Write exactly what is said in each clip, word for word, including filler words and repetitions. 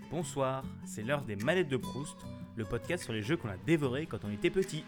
Bonsoir, c'est l'heure des manettes de Proust, le podcast sur les jeux qu'on a dévorés quand on était petit.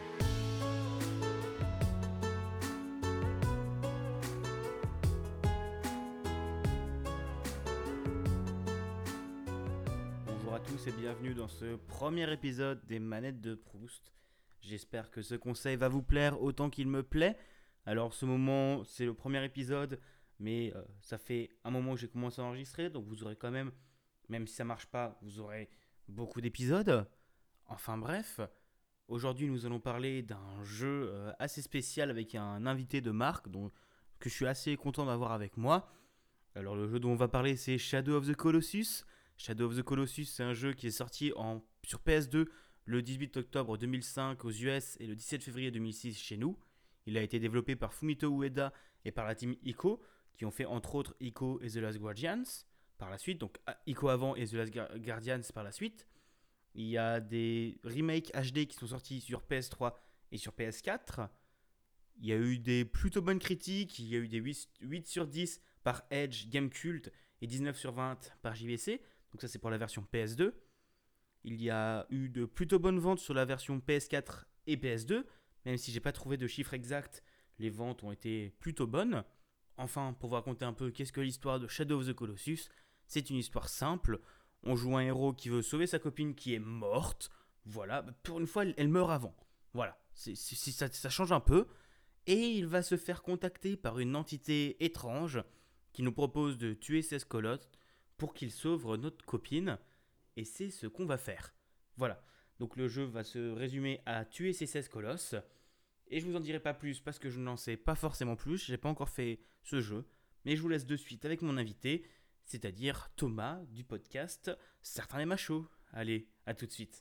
Bonjour à tous et bienvenue dans ce premier épisode des manettes de Proust. J'espère que ce conseil va vous plaire autant qu'il me plaît. Alors ce moment, c'est le premier épisode, mais euh, ça fait un moment que j'ai commencé à enregistrer, donc vous aurez quand même... Même si ça marche pas, vous aurez beaucoup d'épisodes. Enfin bref, aujourd'hui nous allons parler d'un jeu euh, assez spécial avec un invité de marque dont, que je suis assez content d'avoir avec moi. Alors le jeu dont on va parler c'est Shadow of the Colossus. Shadow of the Colossus c'est un jeu qui est sorti en, sur P S deux le dix-huit octobre deux mille cinq aux U S et le dix-sept février deux mille six chez nous. Il a été développé par Fumito Ueda et par la team Ico qui ont fait entre autres Ico et The Last Guardians. Par la suite, donc Ico avant et The Last Guardians par la suite. Il y a des remakes H D qui sont sortis sur P S trois et sur P S quatre. Il y a eu des plutôt bonnes critiques, il y a eu des huit sur dix par Edge Gamecult et dix-neuf sur vingt par J V C. Donc ça c'est pour la version P S deux. Il y a eu de plutôt bonnes ventes sur la version P S quatre et P S deux, même si j'ai pas trouvé de chiffres exacts, les ventes ont été plutôt bonnes. Enfin, pour vous raconter un peu qu'est-ce que l'histoire de Shadow of the Colossus, c'est une histoire simple. On joue un héros qui veut sauver sa copine qui est morte. Voilà, pour une fois, elle, elle meurt avant. Voilà, c'est, c'est, c'est, ça, ça change un peu. Et il va se faire contacter par une entité étrange qui nous propose de tuer seize colosses pour qu'il sauve notre copine. Et c'est ce qu'on va faire. Voilà, donc le jeu va se résumer à tuer ces seize colosses. Et je vous en dirai pas plus parce que je n'en sais pas forcément plus, j'ai pas encore fait ce jeu, mais je vous laisse de suite avec mon invité, c'est-à-dire Thomas du podcast Certains les machos. Allez, à tout de suite.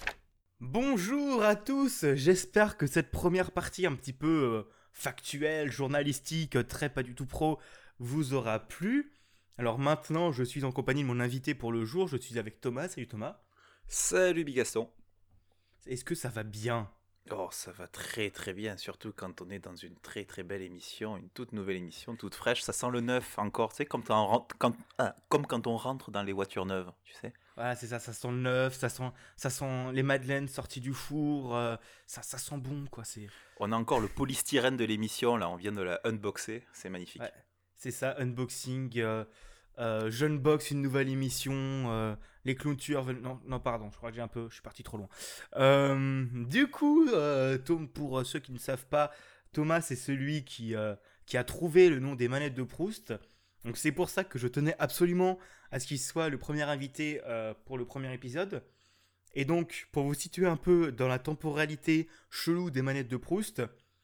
Bonjour à tous, j'espère que cette première partie un petit peu euh, factuelle, journalistique, très pas du tout pro, vous aura plu. Alors maintenant, je suis en compagnie de mon invité pour le jour, je suis avec Thomas. Salut Thomas. Salut Bigaston. Est-ce que ça va bien ? Oh, ça va très très bien, surtout quand on est dans une très très belle émission, une toute nouvelle émission, toute fraîche. Ça sent le neuf encore, tu sais, comme, quand on rentre, quand, ah, comme quand on rentre dans les voitures neuves, tu sais. Voilà, c'est ça, ça sent le neuf, ça sent, ça sent les madeleines sorties du four, euh, ça, ça sent bon, quoi. C'est... On a encore le polystyrène de l'émission, là, on vient de la unboxer, c'est magnifique. Ouais, c'est ça, unboxing, euh, euh, jeune box, une nouvelle émission, euh, les clowns tueurs veulent... Non, non, pardon, je crois que j'ai un peu, je suis parti trop loin. Euh, du coup, euh, Tom, pour ceux qui ne savent pas, Thomas, c'est celui qui, euh, qui a trouvé le nom des manettes de Proust. Donc c'est pour ça que je tenais absolument à ce qu'il soit le premier invité euh, pour le premier épisode. Et donc, pour vous situer un peu dans la temporalité chelou des manettes de Proust,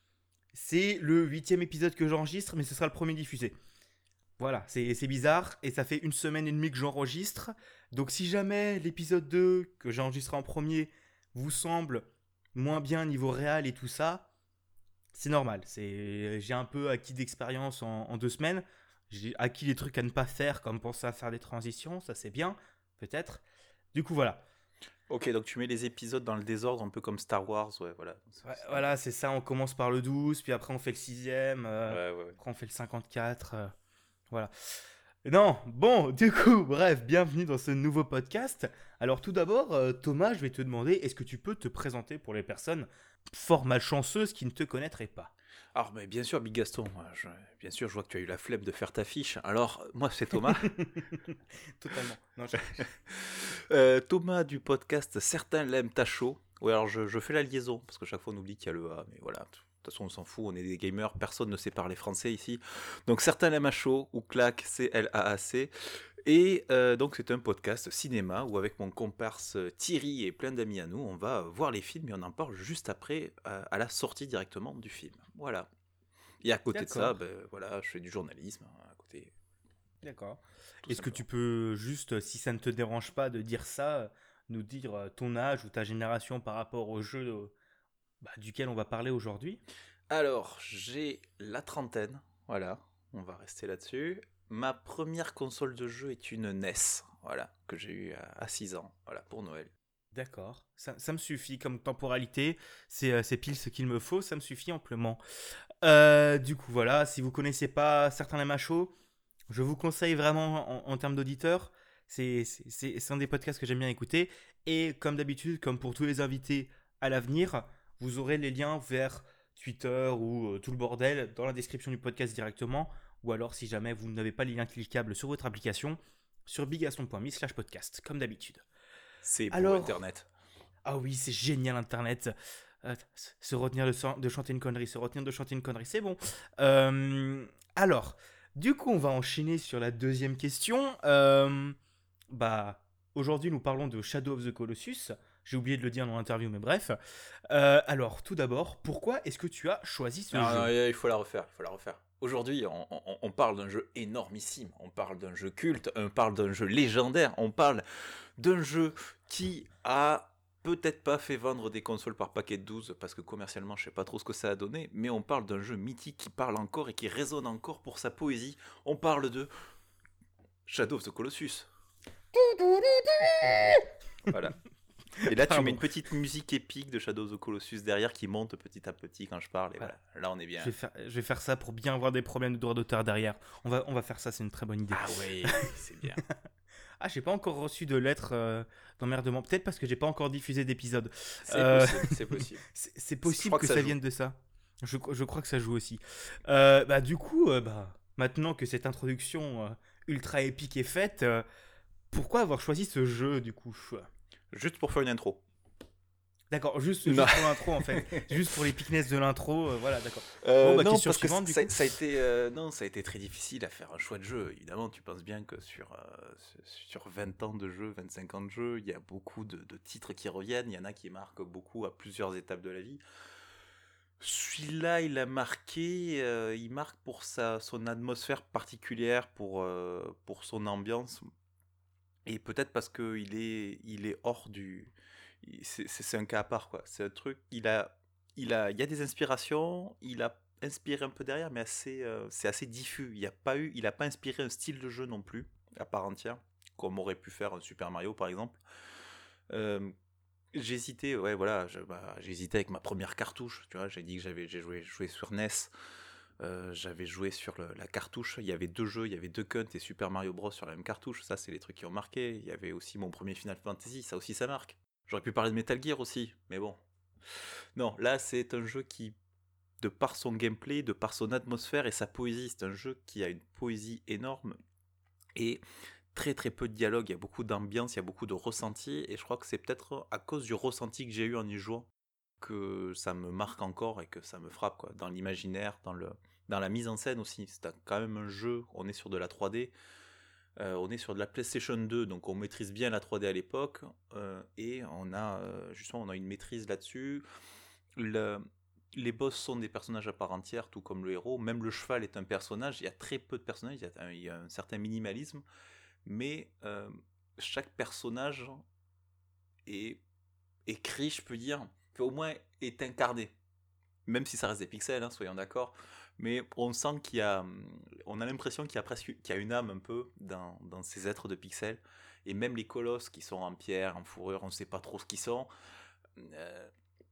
c'est le huitième épisode que j'enregistre, mais ce sera le premier diffusé. Voilà, c'est, c'est bizarre, et ça fait une semaine et demie que j'enregistre. Donc si jamais l'épisode deux, que j'ai enregistré en premier, vous semble moins bien niveau réel et tout ça, c'est normal. C'est, j'ai un peu acquis d'expérience en, en deux semaines. J'ai acquis les trucs à ne pas faire, comme penser à faire des transitions, ça c'est bien, peut-être. Du coup, voilà. Ok, donc tu mets les épisodes dans le désordre, un peu comme Star Wars, ouais, voilà. C'est, Ouais, c'est... voilà, c'est ça, on commence par le douze, puis après on fait le sixième, euh, Ouais, ouais, ouais. après on fait le cinquante-quatre, euh, voilà. Non, bon, du coup, bref, bienvenue dans ce nouveau podcast. Alors tout d'abord, euh, Thomas, je vais te demander, est-ce que tu peux te présenter pour les personnes fort malchanceuses qui ne te connaîtraient pas ? Alors, mais bien sûr, Bigaston, je, bien sûr, je vois que tu as eu la flemme de faire ta fiche. Alors, moi, c'est Thomas. Totalement. Non, je... Euh, Thomas du podcast Certains l'aiment à chaud. Oui, alors je, je fais la liaison, parce que chaque fois on oublie qu'il y a le A, mais voilà, de toute façon on s'en fout, on est des gamers, personne ne sait parler français ici. Donc Certains l'aiment à chaud, ou clac, C L A A C. Et euh, donc c'est un podcast cinéma où avec mon comparse Thierry et plein d'amis à nous, on va voir les films et on en parle juste après, euh, à la sortie directement du film. Voilà. Et à côté D'accord. de ça, ben, voilà, je fais du journalisme, hein, à côté. D'accord. Tout Est-ce que simplement. tu peux juste, si ça ne te dérange pas de dire ça, nous dire euh, ton âge ou ta génération par rapport au jeu euh, bah, duquel on va parler aujourd'hui ? Alors, j'ai la trentaine, voilà, on va rester là-dessus. Ma première console de jeu est une N E S, voilà, que j'ai eue à six ans, voilà, pour Noël. D'accord, ça, ça me suffit comme temporalité, c'est, euh, c'est pile ce qu'il me faut, ça me suffit amplement. Euh, du coup, voilà, si vous connaissez pas certains les machos, je vous conseille vraiment en, en termes d'auditeurs, C'est, c'est, c'est c'est un des podcasts que j'aime bien écouter. Et comme d'habitude, comme pour tous les invités à l'avenir, vous aurez les liens vers Twitter ou euh, tout le bordel dans la description du podcast directement. Ou alors, si jamais vous n'avez pas les liens cliquables sur votre application, sur bigaston point me slash podcast, comme d'habitude. C'est beau Alors, Internet. ah oui, c'est génial Internet. Euh, se retenir de, san- de chanter une connerie, se retenir de chanter une connerie, c'est bon. Euh, alors, du coup, on va enchaîner sur la deuxième question. Euh, bah, aujourd'hui, nous parlons de Shadow of the Colossus. J'ai oublié de le dire dans l'interview, mais bref. Euh, alors, tout d'abord, pourquoi est-ce que tu as choisi ce Non, non, jeu? il faut la refaire, il faut la refaire. Aujourd'hui, on, on- on parle d'un jeu énormissime, on parle d'un jeu culte, on parle d'un jeu légendaire, on parle d'un jeu qui a peut-être pas fait vendre des consoles par paquet de douze, parce que commercialement, je sais pas trop ce que ça a donné, mais on parle d'un jeu mythique qui parle encore et qui résonne encore pour sa poésie. On parle de Shadow of the Colossus. Voilà. Et là, tu mets Pardon. une petite musique épique de Shadow of the Colossus derrière qui monte petit à petit quand je parle, et Voilà. voilà. Là, on est bien. Je vais, faire, je vais faire ça pour bien avoir des problèmes de droit d'auteur derrière. On va, on va faire ça, c'est une très bonne idée. Ah ouais, c'est bien. Ah, j'ai pas encore reçu de lettres euh, d'emmerdement. Peut-être parce que j'ai pas encore diffusé d'épisode. C'est Euh, possible, c'est possible. c'est c'est Je possible crois que, que ça ça joue. vienne de ça. Je, je crois que ça joue aussi. Euh, bah, du coup, euh, bah, maintenant que cette introduction euh, ultra épique est faite, euh, pourquoi avoir choisi ce jeu du coup? Juste pour faire une intro. D'accord, juste, Non. juste pour l'intro en fait. Juste pour les piquenesses de l'intro, euh, voilà, d'accord. Euh, Bon, bah, non, question parce que suivante, du ça, coup. ça a été, euh, non, ça a été très difficile à faire un choix de jeu. Évidemment, tu penses bien que sur, euh, sur vingt ans de jeu, vingt-cinq ans de jeu, il y a beaucoup de, de titres qui reviennent. Il y en a qui marquent beaucoup à plusieurs étapes de la vie. Celui-là, il a marqué, euh, il marque pour sa, son atmosphère particulière, pour, euh, pour son ambiance. Et peut-être parce qu'il est, il est hors du. il- C'est c'est- c'est un cas à part, quoi. C'est un truc. Il a, il a, il y a des inspirations. Il a inspiré un peu derrière, mais assez, euh, c'est assez diffus. Il a pas eu, il a pas inspiré un style de jeu non plus à part entière, comme aurait pu faire un Super Mario par exemple. Euh, j'ai hésité, ouais, voilà, je- bah, j'ai hésité avec ma première cartouche. Tu vois, j'ai dit que j'avais, j'ai joué, joué sur N E S. Euh, j'avais joué sur le- la cartouche. Il y avait deux jeux, il y avait Duck Hunt et Super Mario Bros sur la même cartouche. Ça, c'est les trucs qui ont marqué. Il y avait aussi mon premier Final Fantasy. Ça aussi, ça marque. J'aurais pu parler de Metal Gear aussi, mais bon. Non, là, c'est un jeu qui, de par son gameplay, de par son atmosphère et sa poésie, c'est un jeu qui a une poésie énorme et très très peu de dialogue. Il y a beaucoup d'ambiance, il y a beaucoup de ressenti. Et je crois que c'est peut-être à cause du ressenti que j'ai eu en y jouant que ça me marque encore et que ça me frappe, quoi, dans l'imaginaire, dans le dans la mise en scène aussi. C'est quand même un jeu, on est sur de la trois D, euh, on est sur de la PlayStation deux, donc on maîtrise bien la trois D à l'époque, euh, et on a euh, justement on a une maîtrise là-dessus. Le- les boss sont des personnages à part entière, tout comme le héros. Même le cheval est un personnage. Il y a très peu de personnages, il y a un, il y a un certain minimalisme, mais euh, chaque personnage est écrit, je peux dire, au moins est incarné. Même si ça reste des pixels, hein, soyons d'accord. Mais on sent qu'il y a, hum, on a l'impression qu'il y a presque, qu'il y a une âme un peu dans, dans ces êtres de pixels. Et même les colosses qui sont en pierre, en fourrure, on ne sait pas trop ce qu'ils sont. euh,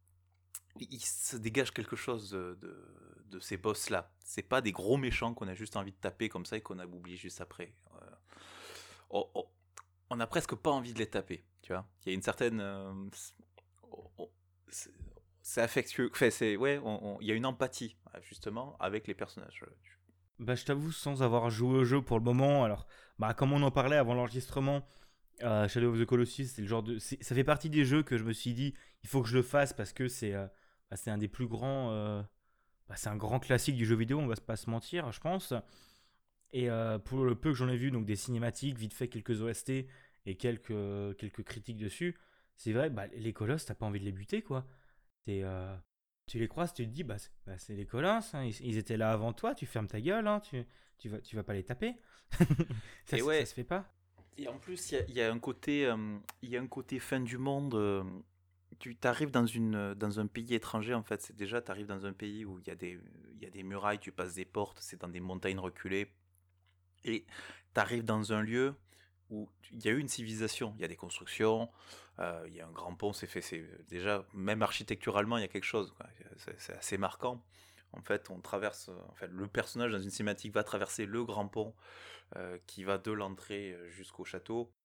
il se dégage quelque chose de, de, de ces boss-là. C'est pas des gros méchants qu'on a juste envie de taper comme ça et qu'on a oublié juste après. Euh, on, on- on a presque pas envie de les taper, tu vois. Il y a une certaine, euh, on- on- c'est c'est affectueux. Enfin, c'est ouais, on- on- il y a une empathie justement avec les personnages. Bah, je t'avoue, sans avoir joué au jeu pour le moment, alors, bah, comme on en parlait avant l'enregistrement, euh, Shadow of the Colossus, c'est le genre de. c'est- Ça fait partie des jeux que je me suis dit, il faut que je le fasse parce que c'est euh, bah, c'est un des plus grands. euh, bah, c'est un grand classique du jeu vidéo, on va pas se mentir, je pense. Et euh, pour le peu que j'en ai vu, donc des cinématiques, vite fait quelques O S T et quelques, quelques critiques dessus, c'est vrai, bah, les colosses, t'as pas envie de les buter, quoi. T'es, euh, tu les croises, tu te dis, bah, c'est, bah, c'est les colosses, hein, ils, ils étaient là avant toi, tu fermes ta gueule, hein, tu, tu, vas, tu vas pas les taper. ça, Et se- ça ouais, se fait pas. et en plus il y a, il y a un côté, euh, il y a un côté fin du monde. euh, tu t'arrives dans une, dans un pays étranger en fait. C'est déjà, t'arrives dans un pays où il y a des, il y a des murailles, tu passes des portes, c'est dans des montagnes reculées. Et tu arrives dans un lieu où il y a eu une civilisation, il y a des constructions, euh, il y a un grand pont, c'est fait, c'est déjà, même architecturalement, il y a quelque chose, quoi. C'est, c'est assez marquant. En fait, on traverse, en fait, le personnage dans une cinématique va traverser le grand pont euh, qui va de l'entrée jusqu'au château.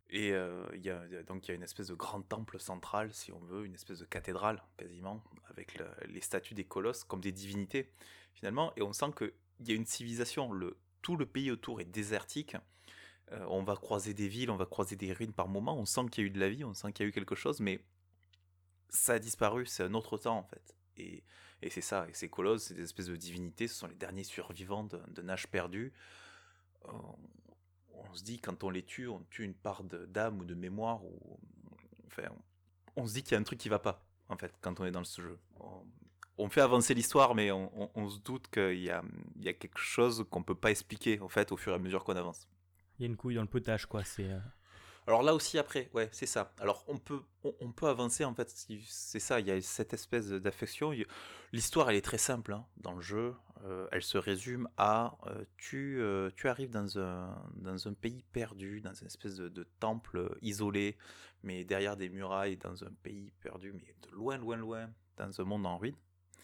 Et euh, il y a, il y a- donc il y a une espèce de grand temple central, si on veut, une espèce de cathédrale quasiment, avec le- les statues des colosses comme des divinités finalement. Et on sent qu'il y a une civilisation. Le, tout le pays autour est désertique. Euh, on va croiser des villes, on va croiser des ruines par moments. On sent qu'il y a eu de la vie, on sent qu'il y a eu quelque chose, mais ça a disparu. C'est un autre temps en fait. Et, et c'est ça. Et ces colosses, c'est des espèces de divinités. Ce sont les derniers survivants d'un d'un âge perdu. Euh, on se dit quand on les tue, on tue une part de- d'âme ou de mémoire, ou enfin, on, on se dit qu'il y a un truc qui va pas en fait quand on est dans ce jeu. On, on fait avancer l'histoire, mais on, on- on se doute qu'il y a, il y a quelque chose qu'on peut pas expliquer en fait au fur et à mesure qu'on avance. Il y a une couille dans le potage, quoi. C'est. euh, Alors là aussi après, ouais, c'est ça. Alors on peut, on, on peut avancer en fait. si- C'est ça. Il y a cette espèce d'affection. Il- L'histoire, elle est très simple hein, dans le jeu. Euh, elle se résume à euh, tu, euh, tu arrives dans un, dans un pays perdu, dans une espèce de, de temple isolé, mais derrière des murailles, dans un pays perdu, mais de loin, loin, loin, dans un monde en ruine.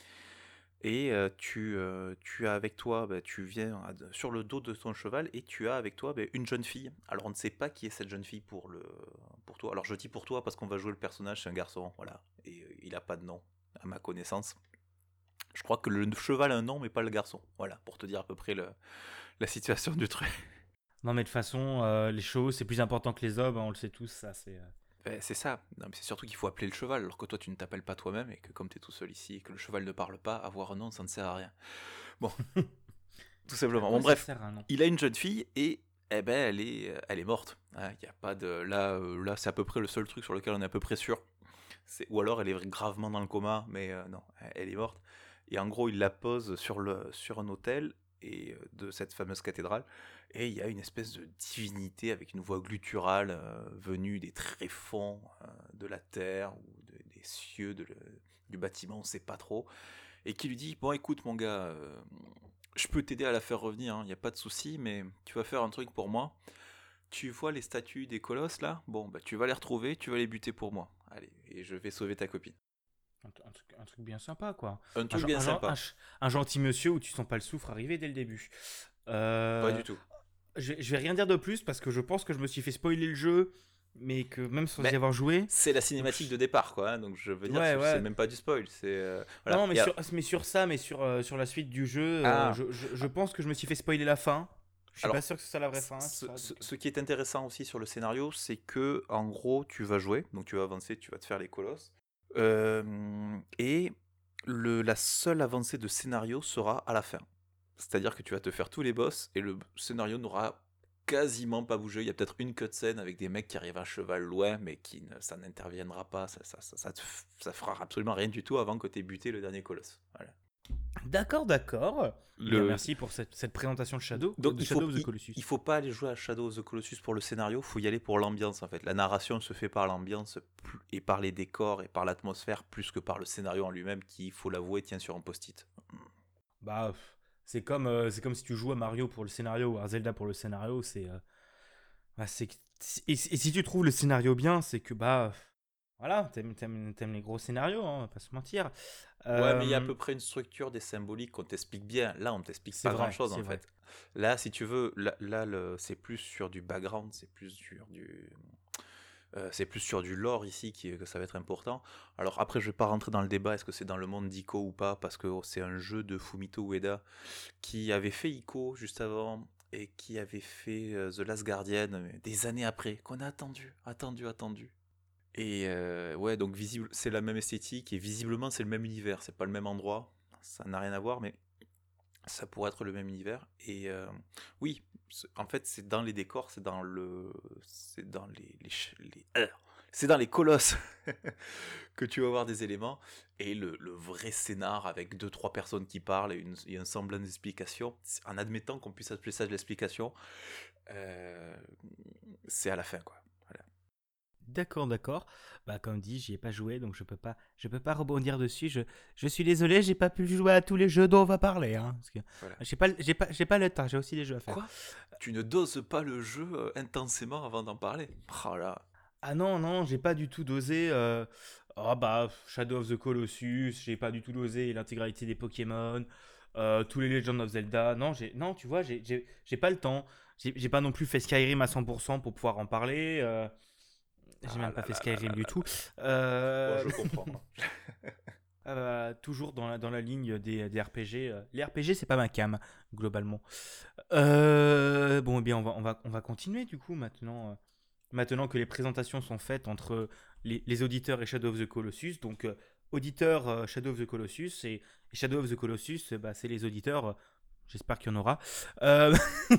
Et euh, tu, euh, tu as avec toi, bah, tu viens à- sur le dos de ton cheval et tu as avec toi bah, une jeune fille. Alors on ne sait pas qui est cette jeune fille pour, le, pour toi. Alors je dis pour toi parce qu'on va jouer le personnage, c'est un garçon, voilà. Et euh, il n'a pas de nom, à ma connaissance. Je crois que le cheval a un nom mais pas le garçon. Voilà, pour te dire à peu près le- la situation du truc. Non, mais de toute façon, euh, les choses, c'est plus important que les hommes, hein, on le sait tous, ça, c'est. euh, Ben, c'est ça. Non, mais c'est surtout qu'il faut appeler le cheval, alors que toi tu ne t'appelles pas toi-même et que comme tu es tout seul ici et que le cheval ne parle pas, avoir un nom ça ne sert à rien. Bon, tout À simplement. quoi Bon, ça bref, sert un nom? il a une jeune fille et eh ben, elle est, euh, elle est morte. Hein, y a pas de, là, euh, là c'est à peu près le seul truc sur lequel on est à peu près sûr. C'est, ou alors elle est gravement dans le coma, mais euh, non, elle est morte. Et en gros, il la pose sur, le, sur un autel et, euh, de cette fameuse cathédrale. Et il y a une espèce de divinité avec une voix gutturale euh, venue des tréfonds euh, de la terre ou de- des cieux de le- du bâtiment, on ne sait pas trop. Et qui lui dit, bon écoute mon gars, euh, je peux t'aider à la faire revenir, il n'y a pas de souci, mais tu vas faire un truc pour moi. Tu vois les statues des colosses là? Bon, bah tu vas les retrouver, tu vas les buter pour moi. Allez, et je vais sauver ta copine. Un, un truc, un truc bien sympa, quoi. Un Un, truc gen- bien un gen- un sympa. ch- un gentil monsieur où tu sens pas le soufre arriver dès le début. Pas Euh, du tout. je, vais- je vais rien dire de plus parce que je pense que je me suis fait spoiler le jeu, mais que même sans y Mais avoir joué. c'est la Donc, cinématique de je- départ, quoi. Hein, donc je veux dire, ouais, c'est c'est ouais. même pas du spoil. C'est euh, Non, voilà. non, mais il y a- sur, mais sur ça, mais sur, euh, sur la suite du jeu, euh, Ah, je, je, je pense que je me suis fait spoiler la fin. Je suis pas alors sûr que ce soit la vraie ce, fin, tout ça. ce- Donc, euh. ce qui est intéressant aussi sur le scénario, c'est que en gros, tu vas jouer, donc tu vas avancer, tu vas te faire les colosses, Euh, et le, la seule avancée de scénario sera à la fin. C'est-à-dire que tu vas te faire tous les boss et le scénario n'aura quasiment pas bougé. Il y a peut-être une cutscene avec des mecs qui arrivent à cheval loin, mais qui ne, ça n'interviendra pas, ça, ça, ça, ça, te f- ça fera absolument rien du tout avant que tu aies buté le dernier colosse. Voilà. D'accord, d'accord. Eh bien, Le, merci pour cette, cette présentation de Shadow, donc de il faut, Shadow of the il, Colossus. il faut pas aller jouer à Shadow of the Colossus pour le scénario, faut y aller pour l'ambiance en fait. La narration se fait par l'ambiance plus- et par les décors et par l'atmosphère plus que par le scénario en lui-même qui, il faut l'avouer, tient sur un post-it. Bah, pff, c'est comme, euh, c'est comme si tu joues à Mario pour le scénario ou à Zelda pour le scénario. C'est, euh, bah, c'est, que- et, et si tu trouves le scénario bien, c'est que bah, voilà, t'aimes, t'aimes, t'aimes les gros scénarios, hein, on va pas se mentir. Ouais, mais il y a à Euh, peu près une structure des symboliques qu'on t'explique bien. Là, on t'explique c'est pas vrai, grand-chose c'est en vrai. fait. Là, si tu veux, là, là, le- c'est plus sur du background, c'est plus sur du, euh, c'est plus sur du lore ici qui, que ça va être important. Alors après, je vais pas rentrer dans le débat, est-ce que c'est dans le monde d'Ico ou pas, parce que c'est un jeu de Fumito Ueda qui avait fait Ico juste avant et qui avait fait euh, The Last Guardian mais des années après, qu'on a attendu, attendu, attendu. Et euh, ouais, donc visible, c'est la même esthétique et visiblement c'est le même univers, c'est pas le même endroit, ça n'a rien à voir, mais ça pourrait être le même univers. Et euh, oui, c'est- en fait, c'est dans les décors, c'est dans le, c'est dans les, les, ch- les- euh, c'est dans les colosses que tu vas voir des éléments et le, le vrai scénar avec deux trois personnes qui parlent et, une, et un semblant d'explication, c'est- en admettant qu'on puisse appeler ça de l'explication, euh, c'est à la fin quoi. Voilà. D'accord, d'accord. Bah, comme dit, j'y ai pas joué, donc je peux pas, je peux pas rebondir dessus. Je, je suis désolé, j'ai pas pu jouer à tous les jeux dont on va parler, hein, parce que Voilà. j'ai pas, j'ai pas, j'ai pas le temps. J'ai aussi des jeux à faire. Quoi? Tu ne doses pas le jeu euh, intensément avant d'en parler? Oh là. Ah non, non, j'ai pas du tout dosé. euh, Ah bah, Shadow of the Colossus, j'ai pas du tout dosé l'intégralité des Pokémon, euh, tous les Legends of Zelda. Non, j'ai, non, tu vois, j'ai, j'ai, j'ai pas le temps. j'ai, j'ai pas non plus fait Skyrim à cent pour cent pour pouvoir en parler. euh, J'ai Ah même pas là fait là là Skyrim là du là tout. là. Bon, Euh, je comprends, hein. ah bah, toujours dans la, dans la ligne des, des R P G. euh. Les R P G, c'est pas ma cam, globalement. Euh, bon, eh bien, on va, on, va, on va continuer du coup maintenant. euh, Maintenant que les présentations sont faites entre les, les auditeurs et Shadow of the Colossus. Donc, euh, auditeurs euh, Shadow of the Colossus et, et Shadow of the Colossus, euh, bah, c'est les auditeurs. euh, J'espère qu'il y en aura. Euh...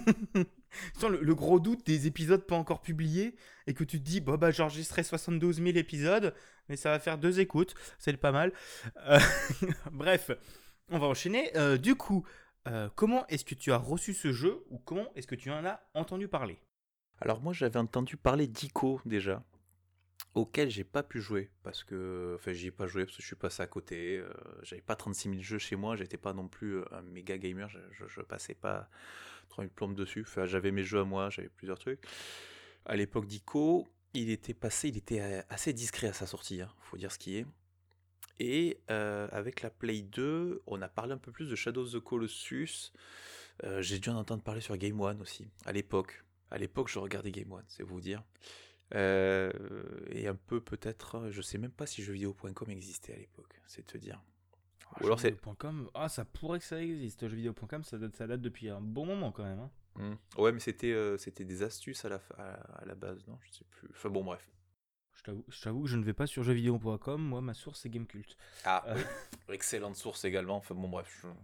Sans le, le gros doute des épisodes pas encore publiés et que tu te dis, bon, bah, j'enregistrerai soixante-douze mille épisodes, mais ça va faire deux écoutes. C'est pas mal. Euh, Bref, on va enchaîner. Euh, du coup, euh, comment est-ce que tu as reçu ce jeu ou comment est-ce que tu en as entendu parler? Alors moi j'avais entendu parler d'Ico déjà, auquel j'ai pas pu jouer parce que enfin j'y ai pas joué parce que je suis passé à côté. Euh, j'avais pas trente-six mille jeux chez moi, j'étais pas non plus euh, un méga gamer, je, je, je passais pas trois mille plombes dessus. Enfin j'avais mes jeux à moi, j'avais plusieurs trucs. À l'époque d'Ico, il était passé, il était euh, assez discret à sa sortie, hein, faut dire ce qui est. Et euh, avec la Play deux, on a parlé un peu plus de Shadow of the Colossus. Euh, j'ai dû en entendre parler sur Game One aussi, à l'époque. À l'époque, je regardais Game One, c'est vous dire. Euh, et un peu peut-être, je sais même pas si jeuxvideo point com existait à l'époque, c'est te dire. Ah, Ou alors c'est... jeuxvideo point com, ah, ça pourrait que ça existe. jeuxvideo point com, ça date, ça date depuis un bon moment quand même. hein. Hmm. Ouais, mais c'était euh, c'était des astuces à la, fa- à, à la base, non? Je sais plus. Enfin bon, bref. Je t'avoue, je t'avoue que je ne vais pas sur jeuxvideo point com. Moi, ma source, c'est Gamecult. Ah Euh, oui, excellente source également. Enfin bon, bref. je-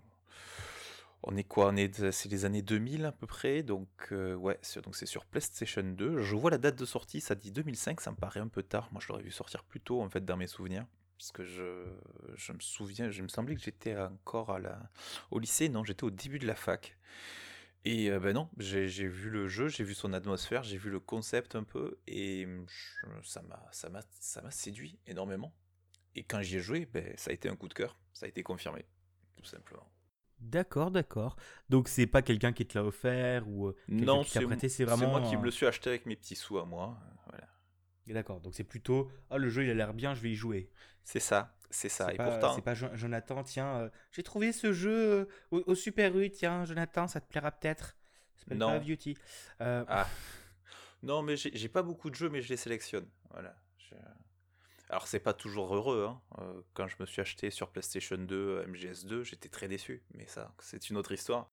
On est quoi? On est, c'est les années deux mille à peu près, donc euh, ouais, c'est, donc c'est sur PlayStation deux. Je vois la date de sortie, ça dit deux mille cinq, ça me paraît un peu tard. Moi, je l'aurais vu sortir plus tôt en fait dans mes souvenirs, parce que je, je me souviens, je me semblait que j'étais encore à la, au lycée, non, j'étais au début de la fac. Et euh, ben non, j'ai, j'ai vu le jeu, j'ai vu son atmosphère, j'ai vu le concept un peu, et je- ça m'a, ça m'a, ça m'a séduit énormément. Et quand j'y ai joué, ben, ça a été un coup de cœur, ça a été confirmé, tout simplement. D'accord, d'accord. Donc, c'est pas quelqu'un qui te l'a offert ou euh, quelqu'un Non, qui t'a c'est prêté, c'est c'est moi vraiment. qui me un- le suis acheté avec mes petits sous à moi. euh, Voilà. D'accord, donc c'est plutôt. Ah, le jeu, il a l'air bien, je vais y jouer. C'est ça, c'est ça. C'est Et pas, c'est pourtant, pas Jo- Jonathan, tiens, euh, j'ai trouvé ce jeu euh, au, au Super U, tiens, Jonathan, ça te plaira peut-être. Ça s'appelle Call of non. Duty. Euh, Ah, non, mais j'ai j'ai pas beaucoup de jeux, mais je les sélectionne. Voilà. Je- Alors, c'est pas toujours heureux, hein. Euh, quand je me suis acheté sur PlayStation deux euh, M G S deux, j'étais très déçu. Mais ça, c'est une autre histoire.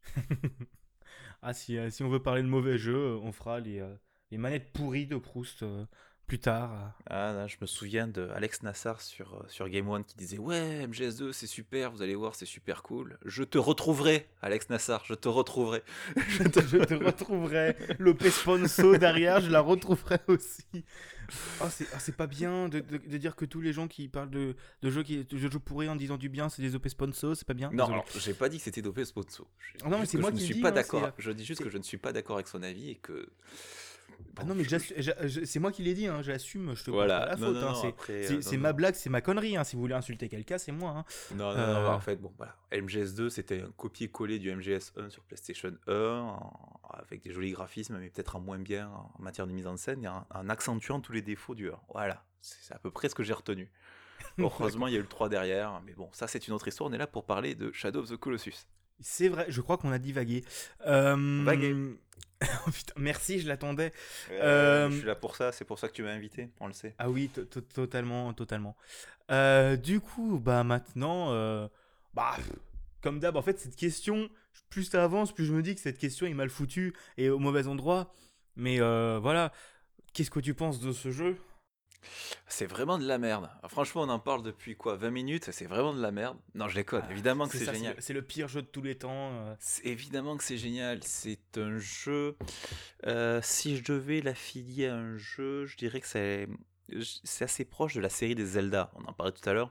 Ah, si, euh, si on veut parler de mauvais jeux, euh, on fera les, euh, les manettes pourries de Proust euh, plus tard. euh. Ah, là, je me souviens de Alex Nassar sur, euh, sur Game One qui disait ouais, M G S deux c'est super, vous allez voir, c'est super cool. Je te retrouverai, Alex Nassar, je te retrouverai. Je Je te- te, je te retrouverai. Lopez Sponso derrière, je la retrouverai aussi. Ah, c'est ah, c'est pas bien de, de- de dire que tous les gens qui parlent de, de jeux, qui, de jeux pourris en disant du bien, c'est des O P Sponso, c'est pas bien. Non, Désolé. alors j'ai pas dit que c'était dopé Spotso. Je Ah dis non, mais juste c'est que je moi ne qui le suis dis. pas hein, c'est, d'accord. euh, Je dis juste que c'est- je ne suis pas d'accord avec son avis et que. Ah Bon, non, mais je- j'assu- j'a- je- c'est moi qui l'ai dit, hein, j'assume, je te porte pas voilà. la Non, faute. non, hein, non. c'est Après, euh, c'est- non, c'est ma non. blague, c'est ma connerie. hein, si vous voulez insulter quelqu'un, c'est moi. hein. Non, non, non. Euh, En fait, bon, voilà. M G S deux, c'était un copier-coller du M G S un sur PlayStation un, en- avec des jolis graphismes, mais peut-être en moins bien en matière de mise en scène et en, en accentuant tous les défauts du un. Voilà. C'est c'est à peu près ce que j'ai retenu. Heureusement, D'accord. il y a eu le trois derrière, mais bon, ça, c'est une autre histoire. On est là pour parler de Shadow of the Colossus. C'est vrai, je crois qu'on a divagué. Vaguer. Euh... oh, putain, merci, je l'attendais. Euh, mais je Euh, suis là pour ça, c'est pour ça que tu m'as invité, on le sait. Ah oui, to- to- totalement, totalement. Euh, du coup, bah maintenant, euh, bah, pff, comme d'hab, en fait, cette question, plus ça avance, plus je me dis que cette question est mal foutue et au mauvais endroit. Mais euh, voilà, qu'est-ce que tu penses de ce jeu? C'est vraiment de la merde. Ah, franchement, on en parle depuis quoi, vingt minutes, c'est vraiment de la merde. Non, je déconne, Ah, évidemment que c'est c'est ça, c'est le, génial. c'est le pire jeu de tous les temps. euh. C'est évidemment que c'est génial. C'est un jeu. euh, si je devais l'affilier à un jeu, je dirais que c'est c'est assez proche de la série des Zelda. On en parlait tout à l'heure.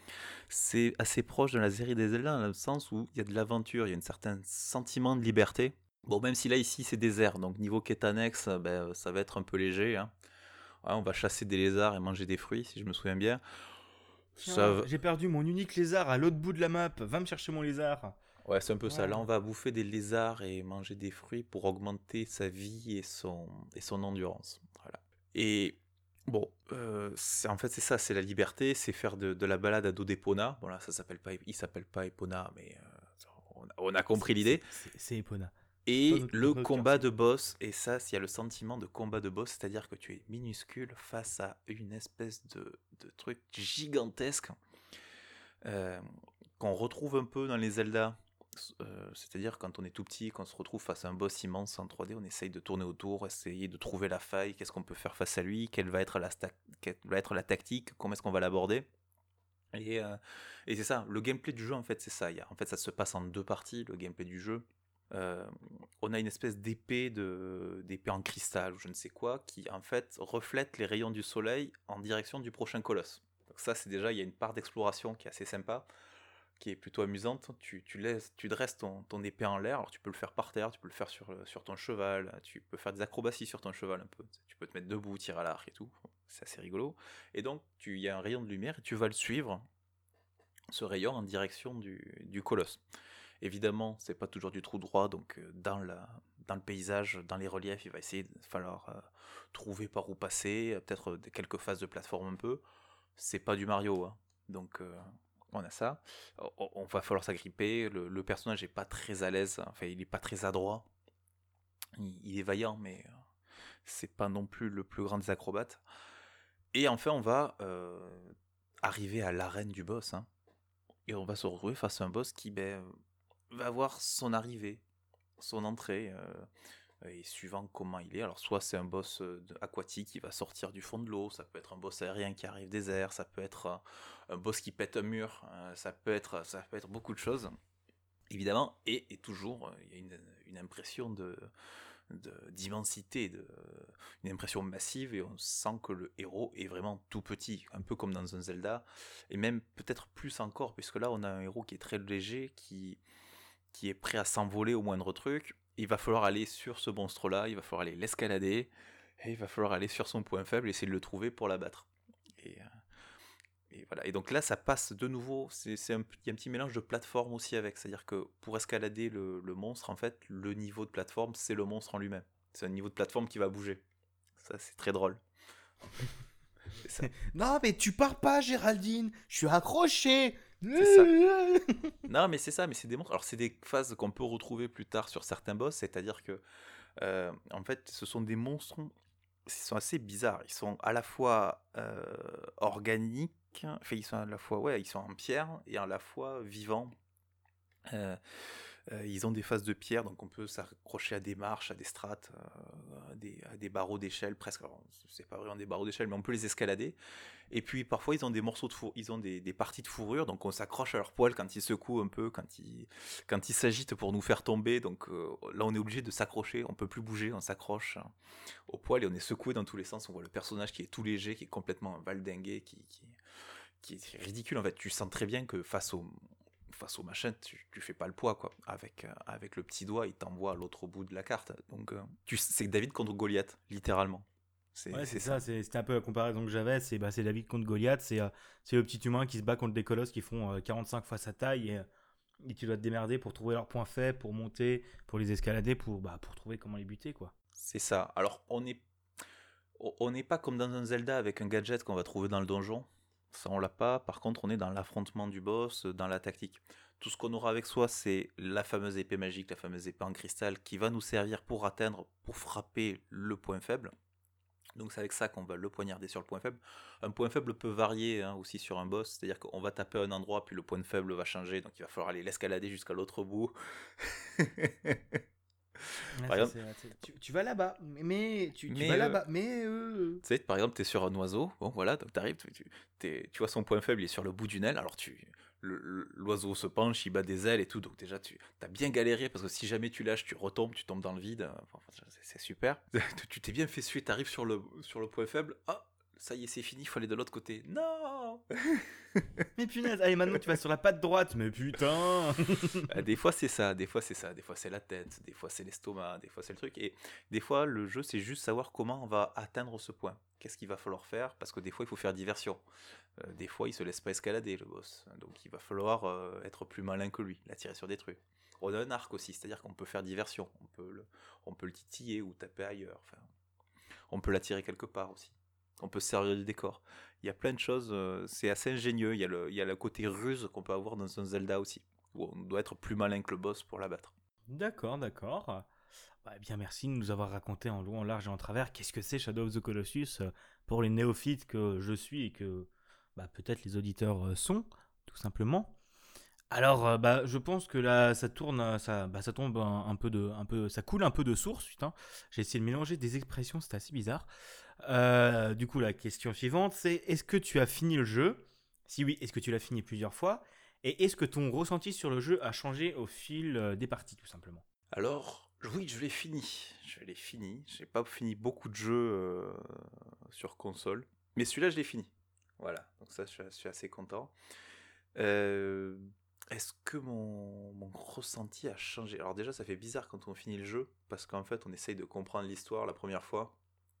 C'est assez proche de la série des Zelda dans le sens où il y a de l'aventure, il y a un certain sentiment de liberté. Bon, même si là ici c'est désert, donc niveau quête annexe, ben, ça va être un peu léger, hein. Ouais, on va chasser des lézards et manger des fruits, si je me souviens bien. Ça, Tiens, va- j'ai perdu mon unique lézard à l'autre bout de la map. Va me chercher mon lézard. Ouais, c'est un peu ça. Là, on Oh. va bouffer des lézards et manger des fruits pour augmenter sa vie et son, et son endurance. Voilà. Et bon, euh, c'est, en fait, c'est ça, c'est la liberté, c'est faire de, de la balade à dos d'Epona. Bon, là, ça s'appelle pas, il s'appelle pas Epona, mais euh, on, a, on a compris C'est c'est- l'idée. c'est- c'est Epona. Et Dans le notre combat quartier. de boss, et ça, s'il y a le sentiment de combat de boss, c'est-à-dire que tu es minuscule face à une espèce de, de truc gigantesque euh, qu'on retrouve un peu dans les Zelda. Euh, c'est-à-dire quand on est tout petit, quand on se retrouve face à un boss immense en trois D, on essaye de tourner autour, essayer de trouver la faille, qu'est-ce qu'on peut faire face à lui, quelle va être la, sta- quelle va être la tactique, comment est-ce qu'on va l'aborder. Et, euh, et c'est ça, le gameplay du jeu en fait c'est ça. Il y a- en fait ça se passe en deux parties, le gameplay du jeu. Euh, on a une espèce d'épée de d'épée en cristal ou je ne sais quoi qui en fait reflète les rayons du soleil en direction du prochain colosse. Donc ça c'est déjà il y a une part d'exploration qui est assez sympa, qui est plutôt amusante. Tu, tu laisses tu dresses ton, ton épée en l'air, alors tu peux le faire par terre, tu peux le faire sur, sur ton cheval, tu peux faire des acrobaties sur ton cheval un peu. Tu peux te mettre debout, tirer à l'arc et tout. C'est assez rigolo. Et donc tu il y a un rayon de lumière et tu vas le suivre ce rayon en direction du, du colosse. Évidemment, c'est pas toujours du trou droit, donc euh, dans, la, dans le paysage, dans les reliefs, il va essayer de falloir euh, trouver par où passer, euh, peut-être euh, des- quelques phases de plateforme un peu. C'est pas du Mario, hein. Donc euh, on a ça. On, on va falloir s'agripper. Le, le personnage est pas très à l'aise, enfin il est pas très adroit. Il, il est vaillant, mais euh, c'est pas non plus le plus grand des acrobates. Et enfin, on va euh, arriver à l'arène du boss, hein. Et on va se retrouver face à un boss qui ben, va avoir son arrivée, son entrée, euh, et suivant comment il est. Alors soit c'est un boss euh, de- aquatique qui va sortir du fond de l'eau, ça peut être un boss aérien qui arrive des airs, ça peut être euh, un boss qui pète un mur, euh, ça peut être ça peut être beaucoup de choses, évidemment. Et, et toujours, euh, il y a une, une impression de de- d'immensité, de, une impression massive, et on sent que le héros est vraiment tout petit, un peu comme dans un Zelda, et même peut-être plus encore, puisque là on a un héros qui est très léger, qui, qui est prêt à s'envoler au moindre truc. Il va falloir aller sur ce monstre-là, il va falloir aller l'escalader, et il va falloir aller sur son point faible, essayer de le trouver pour l'abattre. Et, euh, et voilà. Et donc là, ça passe de nouveau. C'est, c'est un, il y a un petit mélange de plateforme aussi avec. C'est-à-dire que pour escalader le, le monstre, en fait, le niveau de plateforme, c'est le monstre en lui-même. C'est un niveau de plateforme qui va bouger. Ça, c'est très drôle, en fait. C'est ça. Non, mais tu pars pas, Géraldine. Je suis accroché. C'est ça. Non, mais c'est ça. Mais c'est des monstres. Alors, c'est des phases qu'on peut retrouver plus tard sur certains boss. C'est-à-dire que, euh, en fait, ce sont des monstres. Ils sont assez bizarres. Ils sont à la fois euh, organiques. Enfin, ils sont à la fois, ouais, ils sont en pierre et à la fois vivants. Euh, euh, ils ont des faces de pierre, donc on peut s'accrocher à des marches, à des strates, euh, à, des, à des barreaux d'échelle, presque. Alors, c'est pas vraiment des barreaux d'échelle, mais on peut les escalader. Et puis parfois ils ont des morceaux de four, ils ont des, des parties de fourrure, donc on s'accroche à leurs poils quand ils secouent un peu, quand ils, quand ils s'agitent pour nous faire tomber. Donc euh, là on est obligé de s'accrocher, on peut plus bouger, on s'accroche hein, au poil et on est secoué dans tous les sens. On voit le personnage qui est tout léger, qui est complètement valdingué, qui, qui, qui est ridicule en fait. Tu sens très bien que face au face au machin, tu, tu fais pas le poids quoi. Avec, euh, avec le petit doigt, il t'envoie à l'autre bout de la carte. Donc euh, tu, c'est David contre Goliath, littéralement. C'est, Ouais, c'est c'est ça, ça. c'est- c'était un peu la comparaison que j'avais. C'est bah, c'est David contre Goliath, c'est euh, c'est le petit humain qui se bat contre des colosses qui font euh, quarante-cinq fois sa taille et, euh, et tu dois te démerder pour trouver leurs points faibles, pour monter, pour les escalader, pour, bah, pour trouver comment les buter, quoi. C'est ça. Alors on est on n'est pas comme dans un Zelda avec un gadget qu'on va trouver dans le donjon. Ça, on l'a pas. Par contre, on est dans l'affrontement du boss, dans la tactique. Tout ce qu'on aura avec soi, c'est la fameuse épée magique, la fameuse épée en cristal, qui va nous servir pour atteindre, pour frapper le point faible. Donc c'est avec ça qu'on va le poignarder sur le point faible. Un point faible peut varier hein, aussi sur un boss, c'est-à-dire qu'on va taper à un endroit, puis le point faible va changer, donc il va falloir aller l'escalader jusqu'à l'autre bout. Ouais, Par ça, exemple, c'est, tu, tu vas là-bas, mais tu, tu vas mais euh, là-bas, mais euh, tu sais, par exemple, tu es sur un oiseau, bon voilà, donc t'arrives, tu, tu, t'es- tu vois son point faible, il est sur le bout d'une aile, alors tu, le- le- l'oiseau se penche, il bat des ailes et tout, donc déjà tu as bien galéré, parce que si jamais tu lâches, tu retombes, tu tombes dans le vide, enfin, c'est, c'est super. Tu t'es bien fait suer, t'arrives sur le, sur le point faible, ah, ça y est, c'est fini, il faut aller de l'autre côté. Non. mais punaise, allez maintenant tu vas sur la patte droite, mais putain. Euh, Des fois c'est ça, des fois c'est ça, des fois c'est la tête, des fois c'est l'estomac, des fois c'est le truc. Et des fois le jeu c'est juste savoir comment on va atteindre ce point. Qu'est-ce qu'il va falloir faire? Parce que des fois il faut faire diversion. Euh, des fois il se laisse pas escalader le boss. Donc il va falloir euh, être plus malin que lui, l'attirer sur des trucs. On a un arc aussi, c'est-à-dire qu'on peut faire diversion. On peut le, on peut le titiller ou taper ailleurs. Enfin, on peut l'attirer quelque part aussi. On peut se servir du décor. Il y a plein de choses, euh, c'est assez ingénieux. Il y, a le, il y a le côté ruse qu'on peut avoir dans un Zelda aussi, où on doit être plus malin que le boss pour l'abattre. D'accord, d'accord. Bah, eh bien, merci de nous avoir raconté en long, en large et en travers qu'est-ce que c'est Shadow of the Colossus euh, pour les néophytes que je suis et que bah, peut-être les auditeurs euh, sont, tout simplement. Alors, euh, bah, je pense que là, ça tourne, euh, ça, bah, ça tombe un, un peu de, un peu, ça coule un peu de source, putain. J'ai essayé de mélanger des expressions, c'était assez bizarre. Euh, du coup, la question suivante, c'est est-ce que tu as fini le jeu? Si oui, est-ce que tu l'as fini plusieurs fois? Et est-ce que ton ressenti sur le jeu a changé au fil euh, des parties, tout simplement? Alors, oui, je l'ai fini. Je l'ai fini. J'ai pas fini beaucoup de jeux euh, sur console. Mais celui-là, je l'ai fini. Voilà. Donc ça, je suis, je suis assez content. Euh, Est-ce que mon, mon ressenti a changé? Alors déjà, ça fait bizarre quand on finit le jeu. Parce qu'en fait, on essaye de comprendre l'histoire la première fois.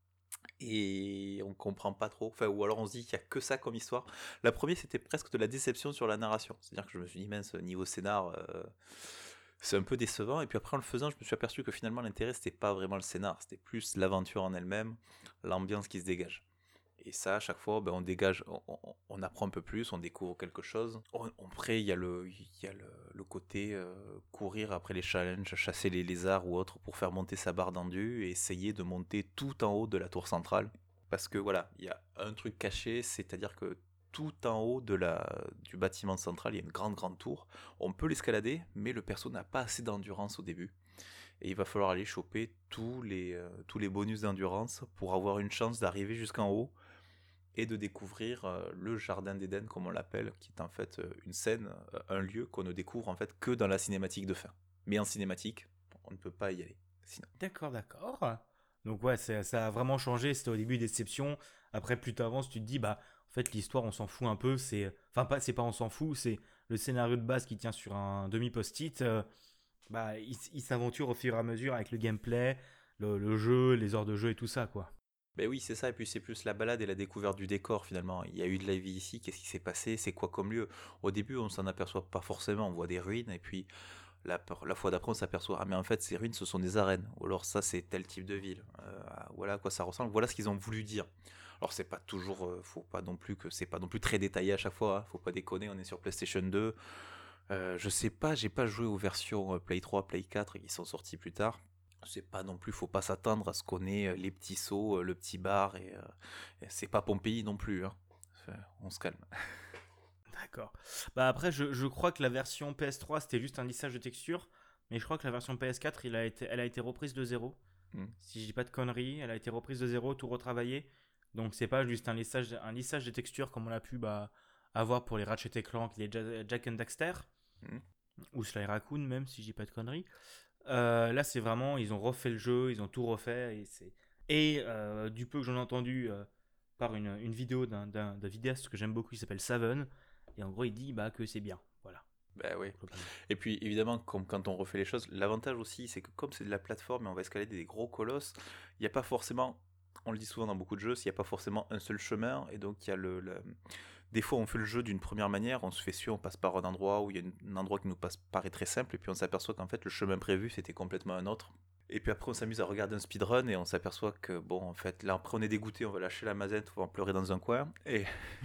Et on comprend pas trop. Enfin, ou alors on se dit qu'il y a que ça comme histoire. La première, c'était presque de la déception sur la narration. C'est-à-dire que je me suis dit, mince, niveau scénar... euh, c'est un peu décevant. Et puis après, en le faisant, je me suis aperçu que finalement, l'intérêt, c'était pas vraiment le scénar, c'était plus l'aventure en elle-même, l'ambiance qui se dégage. Et ça, à chaque fois, ben, on dégage, on, on- on apprend un peu plus, on découvre quelque chose. On- Après, il y a le, il y a le, le côté euh, courir après les challenges, chasser les lézards ou autres pour faire monter sa barre d'endu et essayer de monter tout en haut de la tour centrale. Parce que voilà, il y a un truc caché, c'est-à-dire que tout en haut de la, du bâtiment central, il y a une grande grande tour. On peut l'escalader, mais le perso n'a pas assez d'endurance au début. Et il va falloir aller choper tous les, euh, tous les bonus d'endurance pour avoir une chance d'arriver jusqu'en haut et de découvrir euh, le jardin d'Éden, comme on l'appelle, qui est en fait euh, une scène, euh, un lieu qu'on ne découvre en fait que dans la cinématique de fin. Mais en cinématique, on ne peut pas y aller. Sinon. D'accord, d'accord. Donc ouais, c'est- ça a vraiment changé. C'était au début déception. Après, plus t'avances, tu te dis, bah, en fait, l'histoire, on s'en fout un peu. C'est, enfin, pas, c'est pas on s'en fout, c'est le scénario de base qui tient sur un demi-post-it. euh, bah, il, s- il s'aventure au fur et à mesure avec le gameplay, le, le jeu, les heures de jeu et tout ça, quoi. Ben oui, c'est ça, et puis c'est plus la balade et la découverte du décor finalement. Il y a eu de la vie ici, qu'est-ce qui s'est passé, c'est quoi comme lieu? Au début, on s'en aperçoit pas forcément, on voit des ruines, et puis la, la fois d'après, on s'aperçoit, ah mais en fait, ces ruines, ce sont des arènes, ou alors ça, c'est tel type de ville. Euh, voilà à quoi ça ressemble, voilà ce qu'ils ont voulu dire. Alors c'est pas toujours, euh, faut pas non plus que c'est pas non plus très détaillé à chaque fois, hein, faut pas déconner, on est sur PlayStation deux. Euh, je sais pas, j'ai pas joué aux versions euh, Play trois, Play quatre qui sont sorties plus tard. C'est pas non plus, faut pas s'attendre à ce qu'on ait euh, les petits sauts, euh, le petit bar, et, euh, et c'est pas Pompéi non plus, hein. Enfin, on se calme. D'accord. Bah après, je, je crois que la version P S trois, c'était juste un lissage de texture. Mais je crois que la version P S quatre, il a été, elle a été reprise de zéro. Hmm. Si je dis pas de conneries, elle a été reprise de zéro, tout retravaillé. Donc c'est pas juste un lissage, un lissage des textures comme on a pu bah, avoir pour les Ratchet et Clank, les Ja- Jack and Daxter, Hmm. ou Sly Raccoon même, si je dis pas de conneries. Euh, là, c'est vraiment, ils ont refait le jeu, ils ont tout refait. Et, c'est... et euh, du peu que j'en ai entendu euh, par une, une vidéo d'un, d'un, d'un vidéaste que j'aime beaucoup, il s'appelle Saven. Et en gros, il dit bah, que c'est bien. Voilà, Bah oui. globalement. Et puis évidemment, comme quand on refait les choses, l'avantage aussi, c'est que comme c'est de la plateforme et on va escalader des gros colosses, il n'y a pas forcément, on le dit souvent dans beaucoup de jeux, il n'y a pas forcément un seul chemin, et donc il y a le, le- des fois on fait le jeu d'une première manière, on se fait suivre, on passe par un endroit où il y a un endroit qui nous passe, paraît très simple, et puis on s'aperçoit qu'en fait le chemin prévu c'était complètement un autre. Et puis après on s'amuse à regarder un speedrun et on s'aperçoit que bon en fait là après on est dégoûté, on va lâcher la mazette, on va en pleurer dans un coin. Et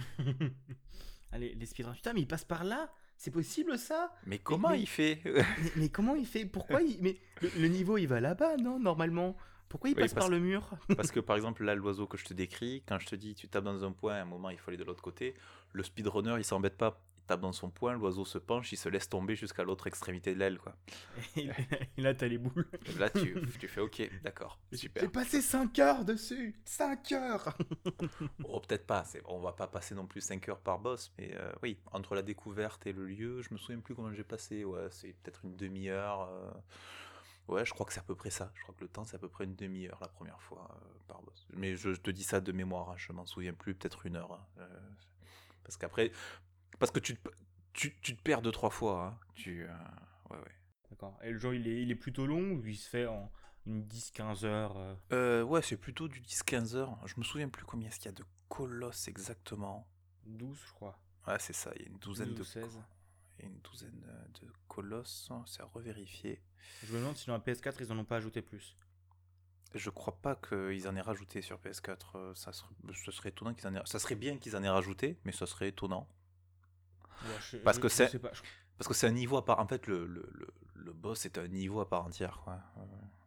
Allez, les speedruns. Putain, mais il passe par là. C'est possible ça? mais mais, comment mais, il fait? mais, mais comment il fait? Pourquoi il... Mais le, le niveau, il va là-bas, non, normalement? Pourquoi il Oui, passe parce par le mur? Parce que par exemple, là, l'oiseau que je te décris, quand je te dis tu tapes dans un point, à un moment il faut aller de l'autre côté, le speedrunner il s'embête pas. Il tape dans son point, l'oiseau se penche, il se laisse tomber jusqu'à l'autre extrémité de l'aile, quoi. Et là, t'as les boules. Et là, tu, tu fais ok, d'accord, J'ai super. passé cinq heures dessus. Cinq heures. Oh, peut-être pas, c'est, on va pas passer non plus cinq heures par boss, mais euh, oui, entre la découverte et le lieu, je me souviens plus combien j'ai passé, ouais, c'est peut-être une demi-heure. euh, Ouais, je crois que c'est à peu près ça. Je crois que le temps, c'est à peu près une demi-heure la première fois euh, par boss. Mais je, je te dis ça de mémoire, hein, je m'en souviens plus, peut-être une heure, hein. Euh, parce qu'après, parce que tu te, tu, tu te perds deux, trois fois, hein. Tu, euh, ouais, ouais. D'accord. Et le jeu, il est, il est plutôt long ou il se fait en une dix quinze heures euh, Euh, ouais, c'est plutôt du dix quinze heures. Je me souviens plus combien est-ce qu'il y a de colosses exactement. douze, je crois. Ouais, c'est ça, il y a une douzaine douze ou de, seize. il y a une douzaine euh, de colosses, c'est à revérifier. Je me demande si dans la P S quatre, ils en ont pas ajouté plus. Je crois pas qu'ils en aient rajouté sur P S quatre. euh, Ça serait, ce serait étonnant qu'ils en aient. Ça serait bien qu'ils en aient rajouté, mais ça serait étonnant. Ouais, je, Parce je, que je c'est sais pas. Je- parce que c'est un niveau à part. En fait, le, le, le, le boss est un niveau à part entière, quoi. Ouais.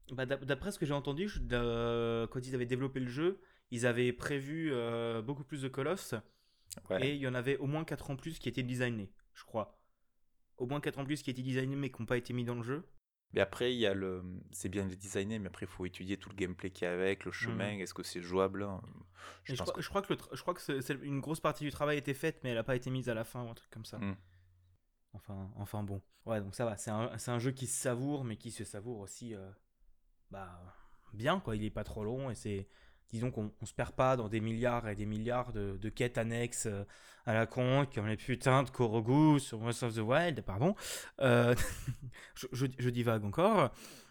Bah, d'ap- d'après ce que j'ai entendu, je- de- quand ils avaient développé le jeu, ils avaient prévu euh, beaucoup plus de Colosses Ouais. et il y en avait au moins quatre en plus qui étaient designés, je crois. Au moins quatre en plus qui étaient designés mais qui n'ont pas été mis dans le jeu. Mais après, il y a le, c'est bien de designer, mais après, il faut étudier tout le gameplay qu'il y a avec, le Mhm. chemin, est-ce que c'est jouable, hein. Je Et je pense crois, que. je crois que, le tra- je crois que c'est- c'est- une grosse partie du travail a été faite, mais elle n'a pas été mise à la fin ou un truc comme ça. Hmm. Enfin, enfin bon. Ouais, donc ça va. C'est un, c'est un jeu qui se savoure, mais qui se savoure aussi euh, bah, bien, quoi. Il est pas trop long et c'est. Disons qu'on on se perd pas dans des milliards et des milliards de, de quêtes annexes euh, à la con, comme les putains de Korogu sur Breath of the Wild, pardon. Euh, je, je, je divague encore.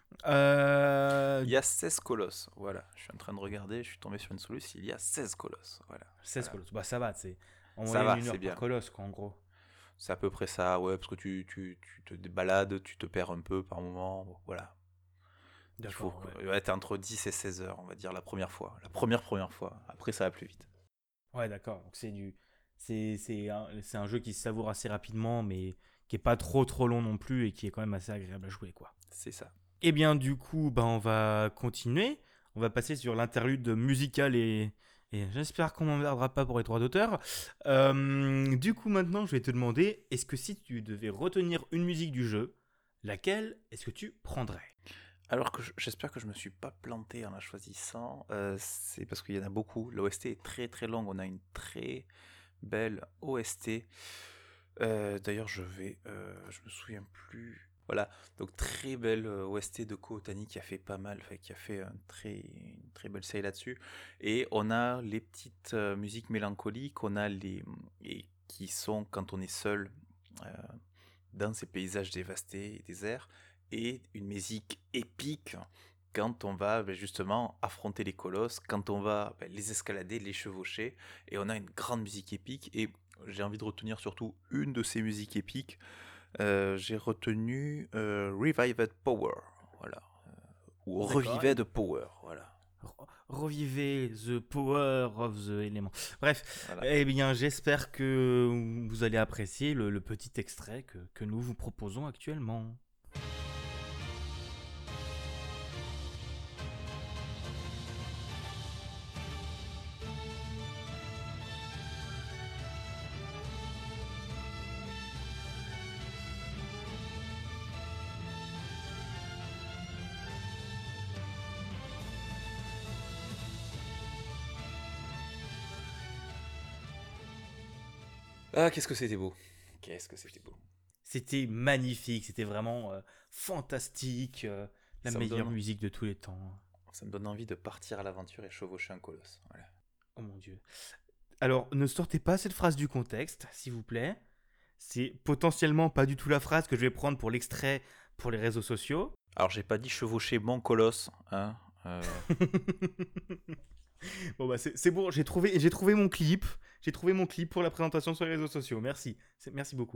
Euh, Il y a seize colosses, voilà. Je suis en train de regarder, je suis tombé sur une solution, il y a seize colosses, voilà. seize Voilà. colosses. Bah, ça va, c'est en Ça moyenne va, une c'est heure par bien. colosse, quoi, en gros. C'est à peu près ça, ouais, parce que tu, tu, tu te balades, tu te perds un peu par moment, bon, voilà. Il faut D'accord, ouais. que- ouais, t'es entre dix et seize heures, on va dire, la première fois. La première première fois. Après, ça va plus vite. Ouais, d'accord. Donc c'est du, c'est c'est un, c'est un jeu qui se savoure assez rapidement, mais qui est pas trop trop long non plus et qui est quand même assez agréable à jouer, quoi. C'est ça. Eh bien, du coup, bah, on va continuer. On va passer sur l'interlude musical et, et j'espère qu'on m'emmerdera pas pour les droits d'auteur. Euh, du coup, maintenant, je vais te demander, est-ce que si tu devais retenir une musique du jeu, laquelle est-ce que tu prendrais? Alors que je- j'espère que je me suis pas planté en la choisissant. Euh, c'est parce qu'il y en a beaucoup. L'O S T est très très longue. On a une très belle O S T. Euh, D'ailleurs, je vais, euh, je me souviens plus. Voilà, donc très belle euh, O S T de Ko Otani qui a fait pas mal, fait, qui a fait un très, une très belle série là-dessus. Et on a les petites euh, musiques mélancoliques, on a les et qui sont quand on est seul euh, dans ces paysages dévastés et déserts, et une musique épique quand on va ben, justement affronter les colosses, quand on va ben, les escalader, les chevaucher, et on a une grande musique épique. Et j'ai envie de retenir surtout une de ces musiques épiques. Euh, j'ai retenu euh, Revived Power, voilà, ou D'accord. Revived Power, voilà, Re- Revivez the power of the element. Bref, voilà. eh bien, j'espère que vous allez apprécier le, le petit extrait que, que nous vous proposons actuellement. Ah, qu'est-ce que c'était beau, qu'est-ce que c'était beau. C'était magnifique, c'était vraiment euh, fantastique, euh, la Ça me meilleure donne, musique de tous les temps. ça me donne envie de partir à l'aventure et chevaucher un colosse. Voilà. Oh mon dieu. Alors, ne sortez pas cette phrase du contexte, s'il vous plaît. C'est potentiellement pas du tout la phrase que je vais prendre pour l'extrait pour les réseaux sociaux. Alors j'ai pas dit chevaucher mon colosse, hein. euh, Bon bah c'est c'est bon, j'ai trouvé, j'ai trouvé mon clip. J'ai trouvé mon clip pour la présentation sur les réseaux sociaux. Merci. C'est- Merci beaucoup.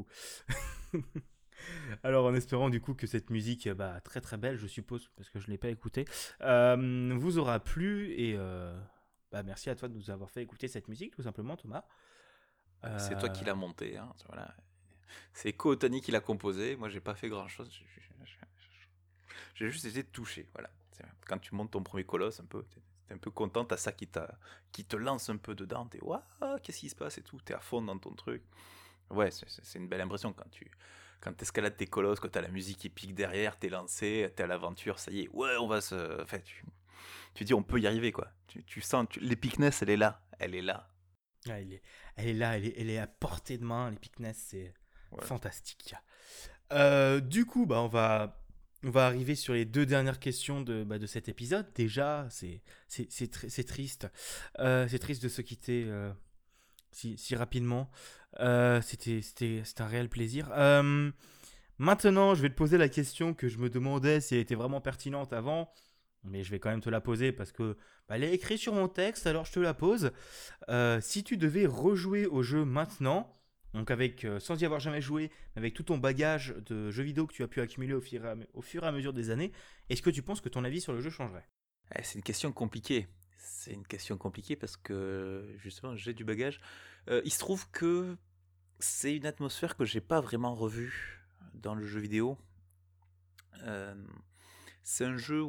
Alors en espérant du coup que cette musique, bah, très très belle, je suppose, parce que je ne l'ai pas écoutée, euh, vous aura plu et euh, bah, merci à toi de nous avoir fait écouter cette musique, tout simplement, Thomas. c'est toi qui Euh, l'as monté, hein. Voilà. C'est Ko Otani qui l'a composé. Moi j'ai pas fait grand chose. J'ai juste été touché, voilà. C'est- Quand tu montes ton premier colosse, un peu, t'es t'es un peu content, t'as ça qui, t'a- qui te lance un peu dedans, t'es waouh, qu'est-ce qui se passe et tout, t'es à fond dans ton truc. Ouais, c'est c'est- c'est une belle impression quand tu quand t'escalades tes colosses, que t'as la musique épique derrière, t'es lancé, t'es à l'aventure, ça y est, ouais, on va se. Enfin, tu, tu dis, on peut y arriver, quoi. Tu, tu sens, tu- l'épicness, elle est là, elle est là. ah, elle, est, elle est là, elle est, elle est à portée de main, les Picness, c'est Voilà. fantastique. Euh, du coup, bah, on va, on va arriver sur les deux dernières questions de, bah, de cet épisode. Déjà, c'est, c'est, c'est, tr- c'est triste. Euh, c'est triste de se quitter euh, si, si rapidement. Euh, c'était, c'était, c'était un réel plaisir. Euh, maintenant, je vais te poser la question que je me demandais si elle était vraiment pertinente avant. Mais je vais quand même te la poser parce que bah, elle est écrite sur mon texte, alors je te la pose. Euh, si tu devais rejouer au jeu maintenant, donc avec, euh, sans y avoir jamais joué, mais avec tout ton bagage de jeux vidéo que tu as pu accumuler au fur et à, au fur et à mesure des années, est-ce que tu penses que ton avis sur le jeu changerait? Eh, c'est une question compliquée. C'est une question compliquée parce que justement, j'ai du bagage. Euh, il se trouve que c'est une atmosphère que j'ai pas vraiment revue dans le jeu vidéo. Euh, c'est un jeu où il y a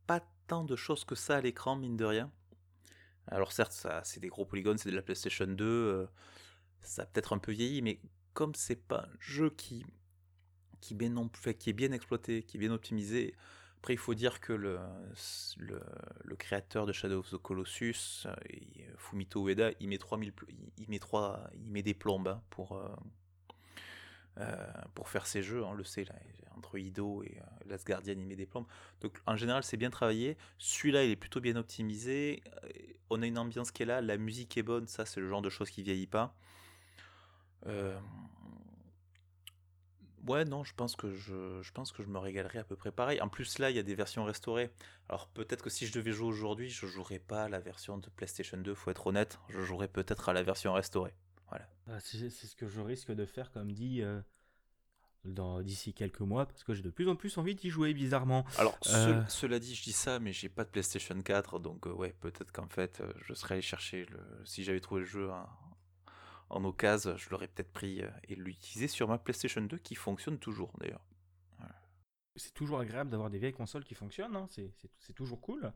pas tant de choses que ça à l'écran, mine de rien. Alors certes, ça, c'est des gros polygones, c'est de la PlayStation deux, euh, ça a peut-être un peu vieilli, mais comme c'est pas un jeu qui, qui, bien non, fait, qui est bien exploité, qui est bien optimisé, après il faut dire que le, le, le créateur de Shadow of the Colossus, euh, Fumito Ueda, il met, trois mille, il, il met, trois, il met des plombes hein, pour... Euh, Euh, pour faire ces jeux, on le sait, là, entre Ido et euh, Last Guardian, il met des plombes. Donc en général, c'est bien travaillé. Celui-là, il est plutôt bien optimisé. On a une ambiance qui est là, la musique est bonne, ça, c'est le genre de choses qui vieillit pas. Euh... Ouais, non, je pense que je, je pense que je me régalerai à peu près pareil. En plus, là, il y a des versions restaurées. Alors peut-être que si je devais jouer aujourd'hui, je jouerais pas à la version de PlayStation deux, faut être honnête. Je jouerais peut-être à la version restaurée. Voilà. Ah, c'est, c'est ce que je risque de faire, comme dit, euh, dans, d'ici quelques mois, parce que j'ai de plus en plus envie d'y jouer, bizarrement. Alors, Euh, ce- cela dit, je dis ça, mais j'ai pas de PlayStation quatre, donc euh, ouais, peut-être qu'en fait, euh, je serais allé chercher le. Si j'avais trouvé le jeu en, en occasion, je l'aurais peut-être pris euh, et l'utiliser sur ma PlayStation deux, qui fonctionne toujours d'ailleurs. Voilà. c'est toujours agréable d'avoir des vieilles consoles qui fonctionnent, hein, c'est, c'est, c'est toujours cool.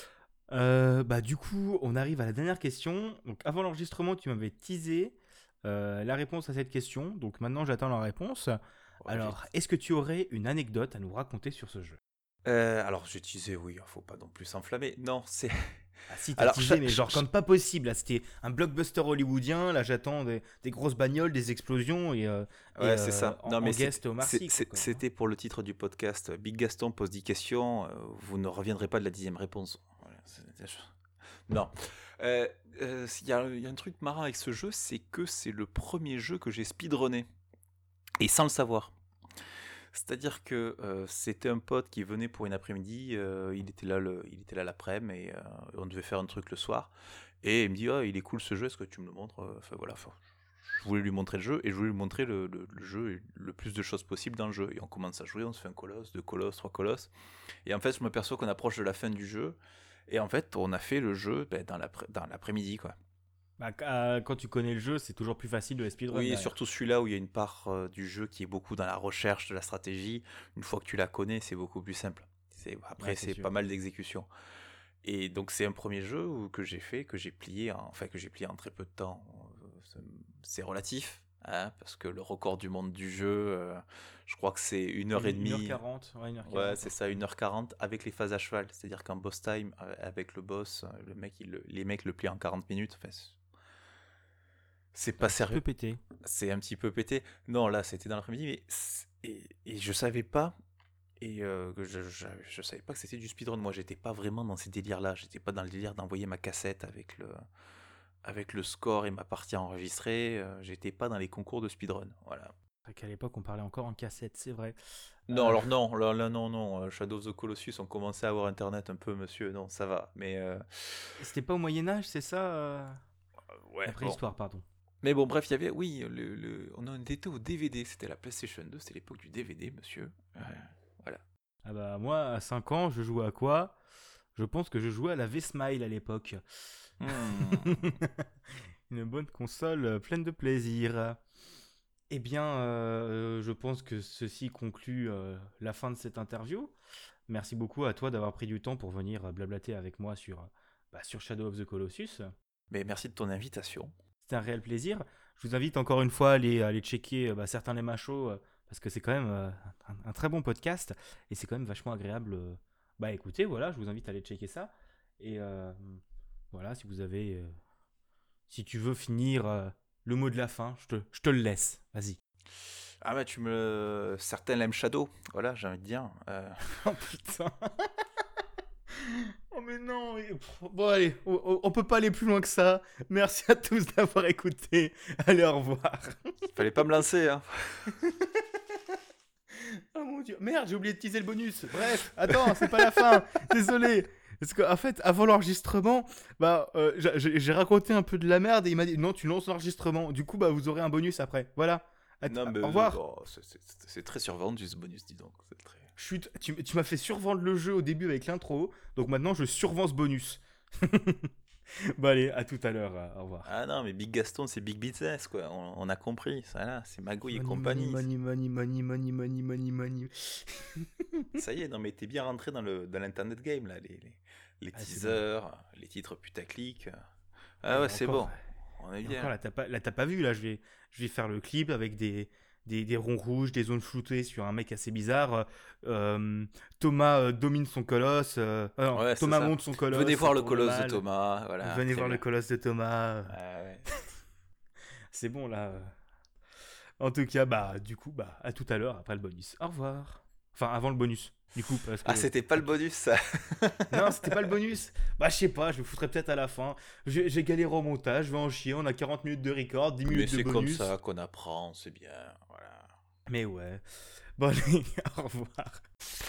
Euh, bah, du coup, on arrive à la dernière question. Donc, avant l'enregistrement, tu m'avais teasé euh, la réponse à cette question. Donc, maintenant, j'attends la réponse. Ouais, j'ai- Alors, est-ce que tu aurais une anecdote à nous raconter sur ce jeu? Euh, alors, j'ai teasé, oui, faut pas non plus s'enflammer. Non, c'est. Ah si, t'as Alors, teasé, cha- mais cha- genre comme pas possible. Là, c'était un blockbuster hollywoodien. Là, j'attends des, des grosses bagnoles, des explosions et, euh, et Ouais, c'est euh, ça. en, Non, en mais c'est- guest Omar c'est- Sy, quoi, c'est- quand même, hein. c'était pour le titre du podcast. Big Gaston pose dix questions, euh, vous ne reviendrez pas de la dixième réponse. Voilà, c'est- non. Euh, euh, Il y, a il y a un truc marrant avec ce jeu, c'est que c'est le premier jeu que j'ai speedrunné. Et sans le savoir. C'est-à-dire que euh, c'était un pote qui venait pour une après-midi, euh, il était là le, il était là l'après-midi et euh, on devait faire un truc le soir. Et il me dit, ah, il est cool ce jeu, est-ce que tu me le montres? Enfin voilà, enfin, je voulais lui montrer le jeu et je voulais lui montrer le, le- le jeu et le plus de choses possible dans le jeu. Et on commence à jouer, on se fait un colosse, deux colosses, trois colosses. Et en fait, je m'aperçois qu'on approche de la fin du jeu. Et en fait, on a fait le jeu ben, dans l'après- dans l'après-midi, quoi. Bah, euh, quand tu connais le jeu, c'est toujours plus facile de les speedrun Oui, et derrière. surtout celui-là où il y a une part euh, du jeu qui est beaucoup dans la recherche de la stratégie. Une fois que tu la connais, c'est beaucoup plus simple. C'est, après, Ouais, c'est c'est sûr. pas mal d'exécution. Et donc, c'est un premier jeu où- que j'ai fait, que j'ai plié, en, enfin, que j'ai plié en très peu de temps. Euh, c'est- C'est relatif, hein, parce que le record du monde du jeu, euh, je crois que c'est une heure et Une heure demie. quarante, ouais, une heure Ouais, quarante. c'est ça, une heure quarante avec les phases à cheval. C'est-à-dire qu'en boss time, euh, avec le boss, euh, le mec, il le- les mecs le plient en quarante minutes. Enfin, c'est c'est pas Un petit peu sérieux. pété. C'est un petit peu pété. Non, là, c'était dans l'après-midi, mais c'est- et, et je savais pas. Et euh, que je, je, je savais pas que c'était du speedrun. Moi, j'étais pas vraiment dans ces délires-là. J'étais pas dans le délire d'envoyer ma cassette avec le, avec le score et ma partie enregistrée. Euh, j'étais pas dans les concours de speedrun. Voilà. C'est qu'à l'époque, on parlait encore en cassette, c'est vrai. Non, Euh, alors non, là, là, non, non. euh, Shadow of the Colossus, on commençait à avoir internet un peu, monsieur. Non, ça va. Mais euh, C'était pas au Moyen-Âge, c'est ça euh ouais, La bon. préhistoire, pardon. Mais bon, bref, il y avait, oui, le, le- on en était au D V D. C'était la PlayStation deux, c'était l'époque du D V D, monsieur. Euh, voilà. Ah bah, moi, à cinq ans, je jouais à quoi? Je pense que je jouais à la V-Smile à l'époque. Hmm. Une bonne console euh, pleine de plaisir. Eh bien, euh, je pense que ceci conclut euh, la fin de cette interview. Merci beaucoup à toi d'avoir pris du temps pour venir euh, blablater avec moi sur, euh, bah, sur Shadow of the Colossus. Mais merci de ton invitation. C'était un réel plaisir. Je vous invite encore une fois à aller, à aller checker euh, bah, certains Les Machos, euh, parce que c'est quand même euh, un, un très bon podcast et c'est quand même vachement agréable. euh, Bah écoutez, voilà, je vous invite à aller checker ça. Et euh, voilà, si vous avez. euh, si tu veux finir euh, le mot de la fin, je te, je te le laisse. Vas-y. Ah bah tu me... Certains l'aiment Shadow, voilà, j'ai envie de dire. Euh, Oh putain. Oh mais non. mais- Bon allez, on, on- on peut pas aller plus loin que ça. Merci à tous d'avoir écouté. Allez, au revoir. Fallait pas me lancer, hein. Oh mon dieu. Merde, j'ai oublié de teaser le bonus. Bref, attends, c'est pas la fin. Désolé. Parce qu'en fait, avant l'enregistrement, bah, euh, j'ai- j'ai j'ai raconté un peu de la merde et il m'a dit non, tu lances l'enregistrement. Du coup, bah, vous aurez un bonus après. Voilà. Att- Non, mais au revoir. oh, c'est- c'est c'est très survendu ce bonus, dis donc. C'est très... Chut, tu, tu m'as fait survendre le jeu au début avec l'intro, donc maintenant je survends ce bonus. Bon, allez, à tout à l'heure. euh, Au revoir. Ah non, mais Big Gaston, c'est Big Business, quoi. On, on a compris. Ça, là, c'est Magouille et Money, money, compagnie. money, money, money, money, money, money, money. Ça y est, non, mais t'es bien rentré dans le dans l'Internet game, là. Les, les, les Ah, c'est bon. teasers, les titres putaclic. Ah, Ah et ouais, c'est encore, bon. On est et encore bien. là, t'as pas, là, t'as pas vu. Là, je vais, je vais faire le clip avec des, des, des ronds rouges, des zones floutées sur un mec assez bizarre. Euh, euh, Thomas euh, domine son colosse. euh, ah non, Ouais, c'est Thomas ça. monte son Venez colosse, ça voir le tourne colosse de mal. Thomas. Voilà, Venez très voir le bien. colosse de Thomas. Ah ouais. C'est bon là. En tout cas, bah, du coup, bah, à tout à l'heure après le bonus. Au revoir. Enfin, avant le bonus. Du coup, parce Ah, que c'était pas le après. bonus, ça. Non, c'était pas le bonus. Bah, je sais pas, je me foutrais peut-être à la fin. J'ai j'ai galéré au montage, je vais en chier. On a quarante minutes de record, dix Mais minutes de c'est comme ça bonus. qu'on apprend, c'est bien. Voilà. Mais ouais. Bon, allez, au revoir.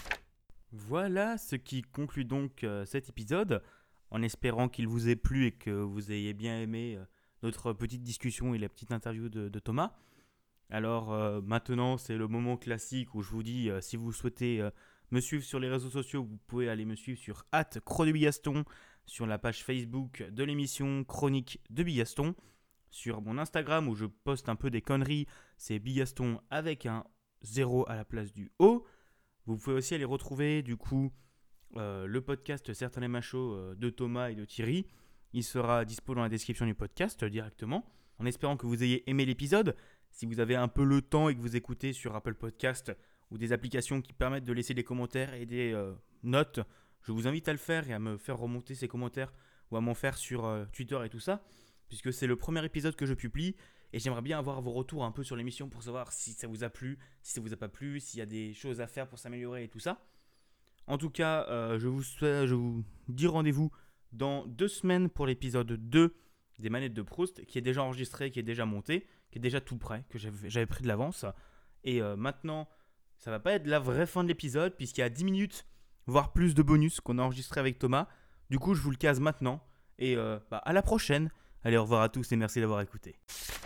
Voilà ce qui conclut donc euh, cet épisode. En espérant qu'il vous ait plu et que vous ayez bien aimé euh, notre petite discussion et la petite interview de, de Thomas. Alors euh, maintenant, c'est le moment classique où je vous dis, euh, si vous souhaitez euh, me suivre sur les réseaux sociaux, vous pouvez aller me suivre sur at chronobigaston, sur la page Facebook de l'émission Chronique de Bigaston, sur mon Instagram où je poste un peu des conneries, c'est Bigaston avec un zéro à la place du O. Vous pouvez aussi aller retrouver du coup euh, le podcast Certains les machos euh, de Thomas et de Thierry. Il sera dispo dans la description du podcast euh, directement. En espérant que vous ayez aimé l'épisode. Si vous avez un peu le temps et que vous écoutez sur Apple Podcast ou des applications qui permettent de laisser des commentaires et des euh, notes, je vous invite à le faire et à me faire remonter ces commentaires ou à m'en faire sur euh, Twitter et tout ça, puisque c'est le premier épisode que je publie et j'aimerais bien avoir vos retours un peu sur l'émission pour savoir si ça vous a plu, si ça vous a pas plu, s'il y a des choses à faire pour s'améliorer et tout ça. En tout cas, euh, je, vous, je vous dis rendez-vous dans deux semaines pour l'épisode deux des manettes de Proust, qui est déjà enregistré, qui est déjà monté, qui est déjà tout prêt, que j'avais, j'avais pris de l'avance. Et euh, maintenant, ça va pas être la vraie fin de l'épisode, puisqu'il y a dix minutes, voire plus de bonus qu'on a enregistré avec Thomas. Du coup, je vous le case maintenant. Et euh, bah, à la prochaine. Allez, au revoir à tous et merci d'avoir écouté.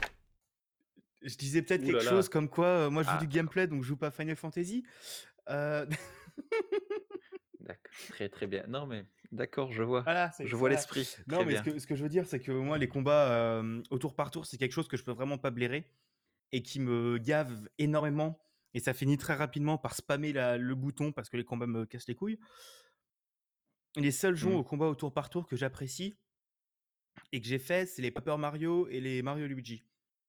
Je disais peut-être Ouh quelque là là. chose comme quoi, euh, moi je joue Ah, du gameplay, donc je joue pas à Final Fantasy. Euh, d'accord. Très très bien. Non mais d'accord, je vois. Voilà, c'est Je vois voilà. l'esprit. Non, Très mais ce bien. que, ce que je veux dire, c'est que moi, les combats euh, au tour par tour, c'est quelque chose que je peux vraiment pas blairer et qui me gave énormément. Et ça finit très rapidement par spammer la- le bouton parce que les combats me cassent les couilles. Les seuls jeux Hmm. au combat au tour par tour que j'apprécie et que j'ai fait, c'est les Paper Mario et les Mario Luigi.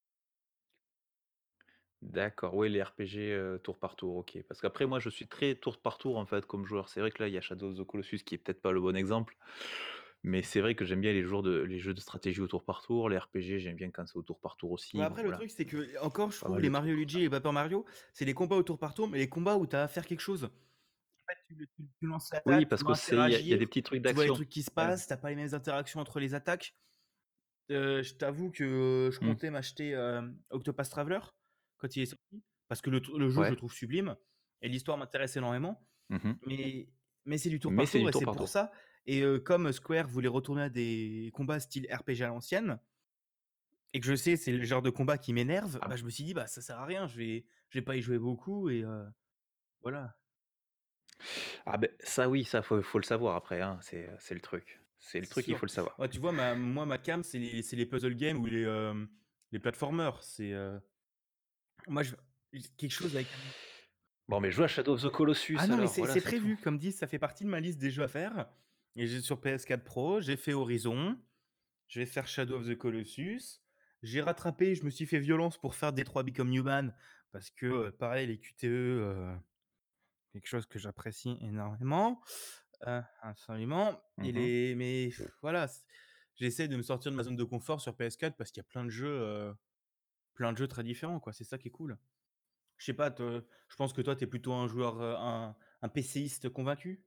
D'accord. Oui, les R P G euh, tour par tour, ok. Parce qu'après, moi, je suis très tour par tour en fait comme joueur. C'est vrai que là, il y a Shadow of the Colossus qui est peut-être pas le bon exemple, mais c'est vrai que j'aime bien les jeux de les jeux de stratégie au tour par tour. Les R P G, j'aime bien quand c'est au tour par tour Ouais, aussi. Bon, après, le voilà, truc, c'est que, encore, je pas trouve mal les de Mario trucs. Luigi et les Paper Mario, c'est les combats au tour par tour, mais les combats où tu as à faire quelque chose. En fait, tu, tu- tu lances Oui, l'attaque, tu parce dois que c'est il y, a il y a des interagir, petits trucs tu vois les d'action. trucs qui se Ouais. passent, t'as pas les mêmes interactions entre les attaques. Euh, je t'avoue que euh, je Hmm. comptais m'acheter euh, Octopath Traveler quand il est sorti, parce que le, tr- le jeu, je le Ouais. trouve sublime, et l'histoire m'intéresse énormément, Mhm. mais, mais c'est du tour Mais par c'est tour, du et tour c'est par pour tour. ça, et euh, comme Square voulait retourner à des combats style R P G à l'ancienne, et que je sais c'est le genre de combat qui m'énerve, Ah, bah, je me suis dit, bah ça sert à rien, je vais, je vais pas y jouer beaucoup, et euh, voilà. ah ben ça oui, ça faut, faut le savoir après, hein. C'est c'est le truc. C'est le C'est truc, il sûr. faut le savoir. Ouais, tu vois, ma, moi, ma cam, c'est les, c'est les puzzle games ou les, euh, les platformers. C'est, euh, moi, je, quelque chose avec un. Bon, mais joue à Shadow of the Colossus Ah non, mais alors, c'est voilà, c'est c'est tout. prévu. Comme dit, ça fait partie de ma liste des jeux à faire. Et j'ai sur P S quatre Pro, j'ai fait Horizon, je vais faire Shadow of the Colossus. J'ai rattrapé, je me suis fait violence pour faire Detroit Become Human. Parce que, euh, pareil, les Q T E, euh, quelque chose que j'apprécie énormément. Euh, absolument. Et Mhm. les, mais pff, voilà, c'est- j'essaie de me sortir de ma zone de confort sur P S quatre parce qu'il y a plein de jeux, euh, plein de jeux très différents, quoi. C'est ça qui est cool. Je sais pas, toi, je pense que toi, tu es plutôt un joueur, euh, un, un PCiste convaincu.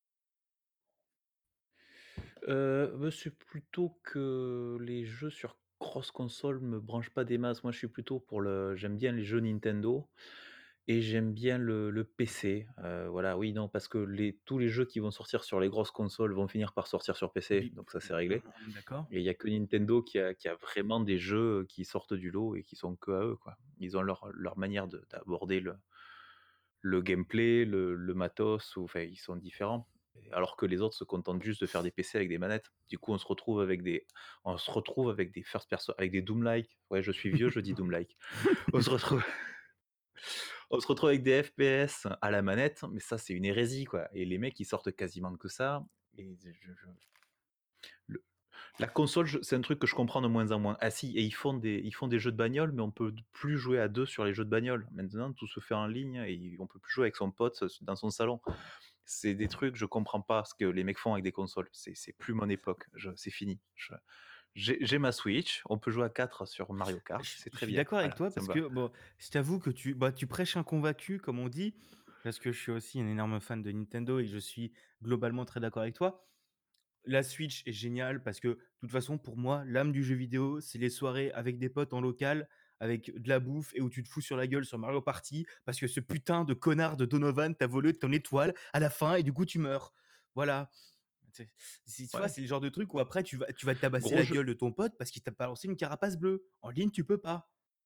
Euh, bah, c'est plutôt que les jeux sur cross-console me branchent pas des masses. Moi, je suis plutôt pour le. J'aime bien les jeux Nintendo et j'aime bien le, le P C. Euh, voilà, oui, non, parce que les, tous les jeux qui vont sortir sur les grosses consoles vont finir par sortir sur P C, Bi- donc ça c'est on réglé. on est d'accord. Et il y a que Nintendo qui a, qui a vraiment des jeux qui sortent du lot et qui sont que à eux, quoi. Ils ont leur, leur manière de- d'aborder le, le gameplay, le, le matos, ou, enfin, ils sont différents. alors que les autres se contentent juste de faire des P C avec des manettes. Du coup, on se retrouve avec des on se retrouve avec des first person avec des Doom-like. Ouais, je suis vieux, je dis Doom-like. On se retrouve on se retrouve avec des F P S à la manette, mais ça, c'est une hérésie, quoi. Et les mecs, ils sortent quasiment que ça. Et je, je- le- la console, je- c'est un truc que je comprends de moins en moins. Ah si, et ils font des, ils font des jeux de bagnole, mais on peut plus jouer à deux sur les jeux de bagnole. Maintenant, tout se fait en ligne et on peut plus jouer avec son pote dans son salon. C'est des trucs, je comprends pas ce que les mecs font avec des consoles. C'est, c'est plus mon époque. Je- c'est fini. Je- j'ai, j'ai ma Switch. On peut jouer à quatre sur Mario Kart. Je, C'est je très suis bien. d'accord avec Voilà, toi ça me parce va. que bon, je t'avoue que tu, bah, tu prêches un convaincu, comme on dit, parce que je suis aussi un énorme fan de Nintendo et que je suis globalement très d'accord avec toi. La Switch est géniale parce que, de toute façon, pour moi, l'âme du jeu vidéo, c'est les soirées avec des potes en local, avec de la bouffe et où tu te fous sur la gueule sur Mario Party parce que ce putain de connard de Donovan t'a volé ton étoile à la fin et du coup tu meurs. Voilà. C'est- c'est- Tu vois, Ouais. c'est le genre de truc où après tu vas, tu vas tabasser Gros la jeu. gueule de ton pote parce qu'il t'a balancé une carapace bleue. En ligne, tu peux pas.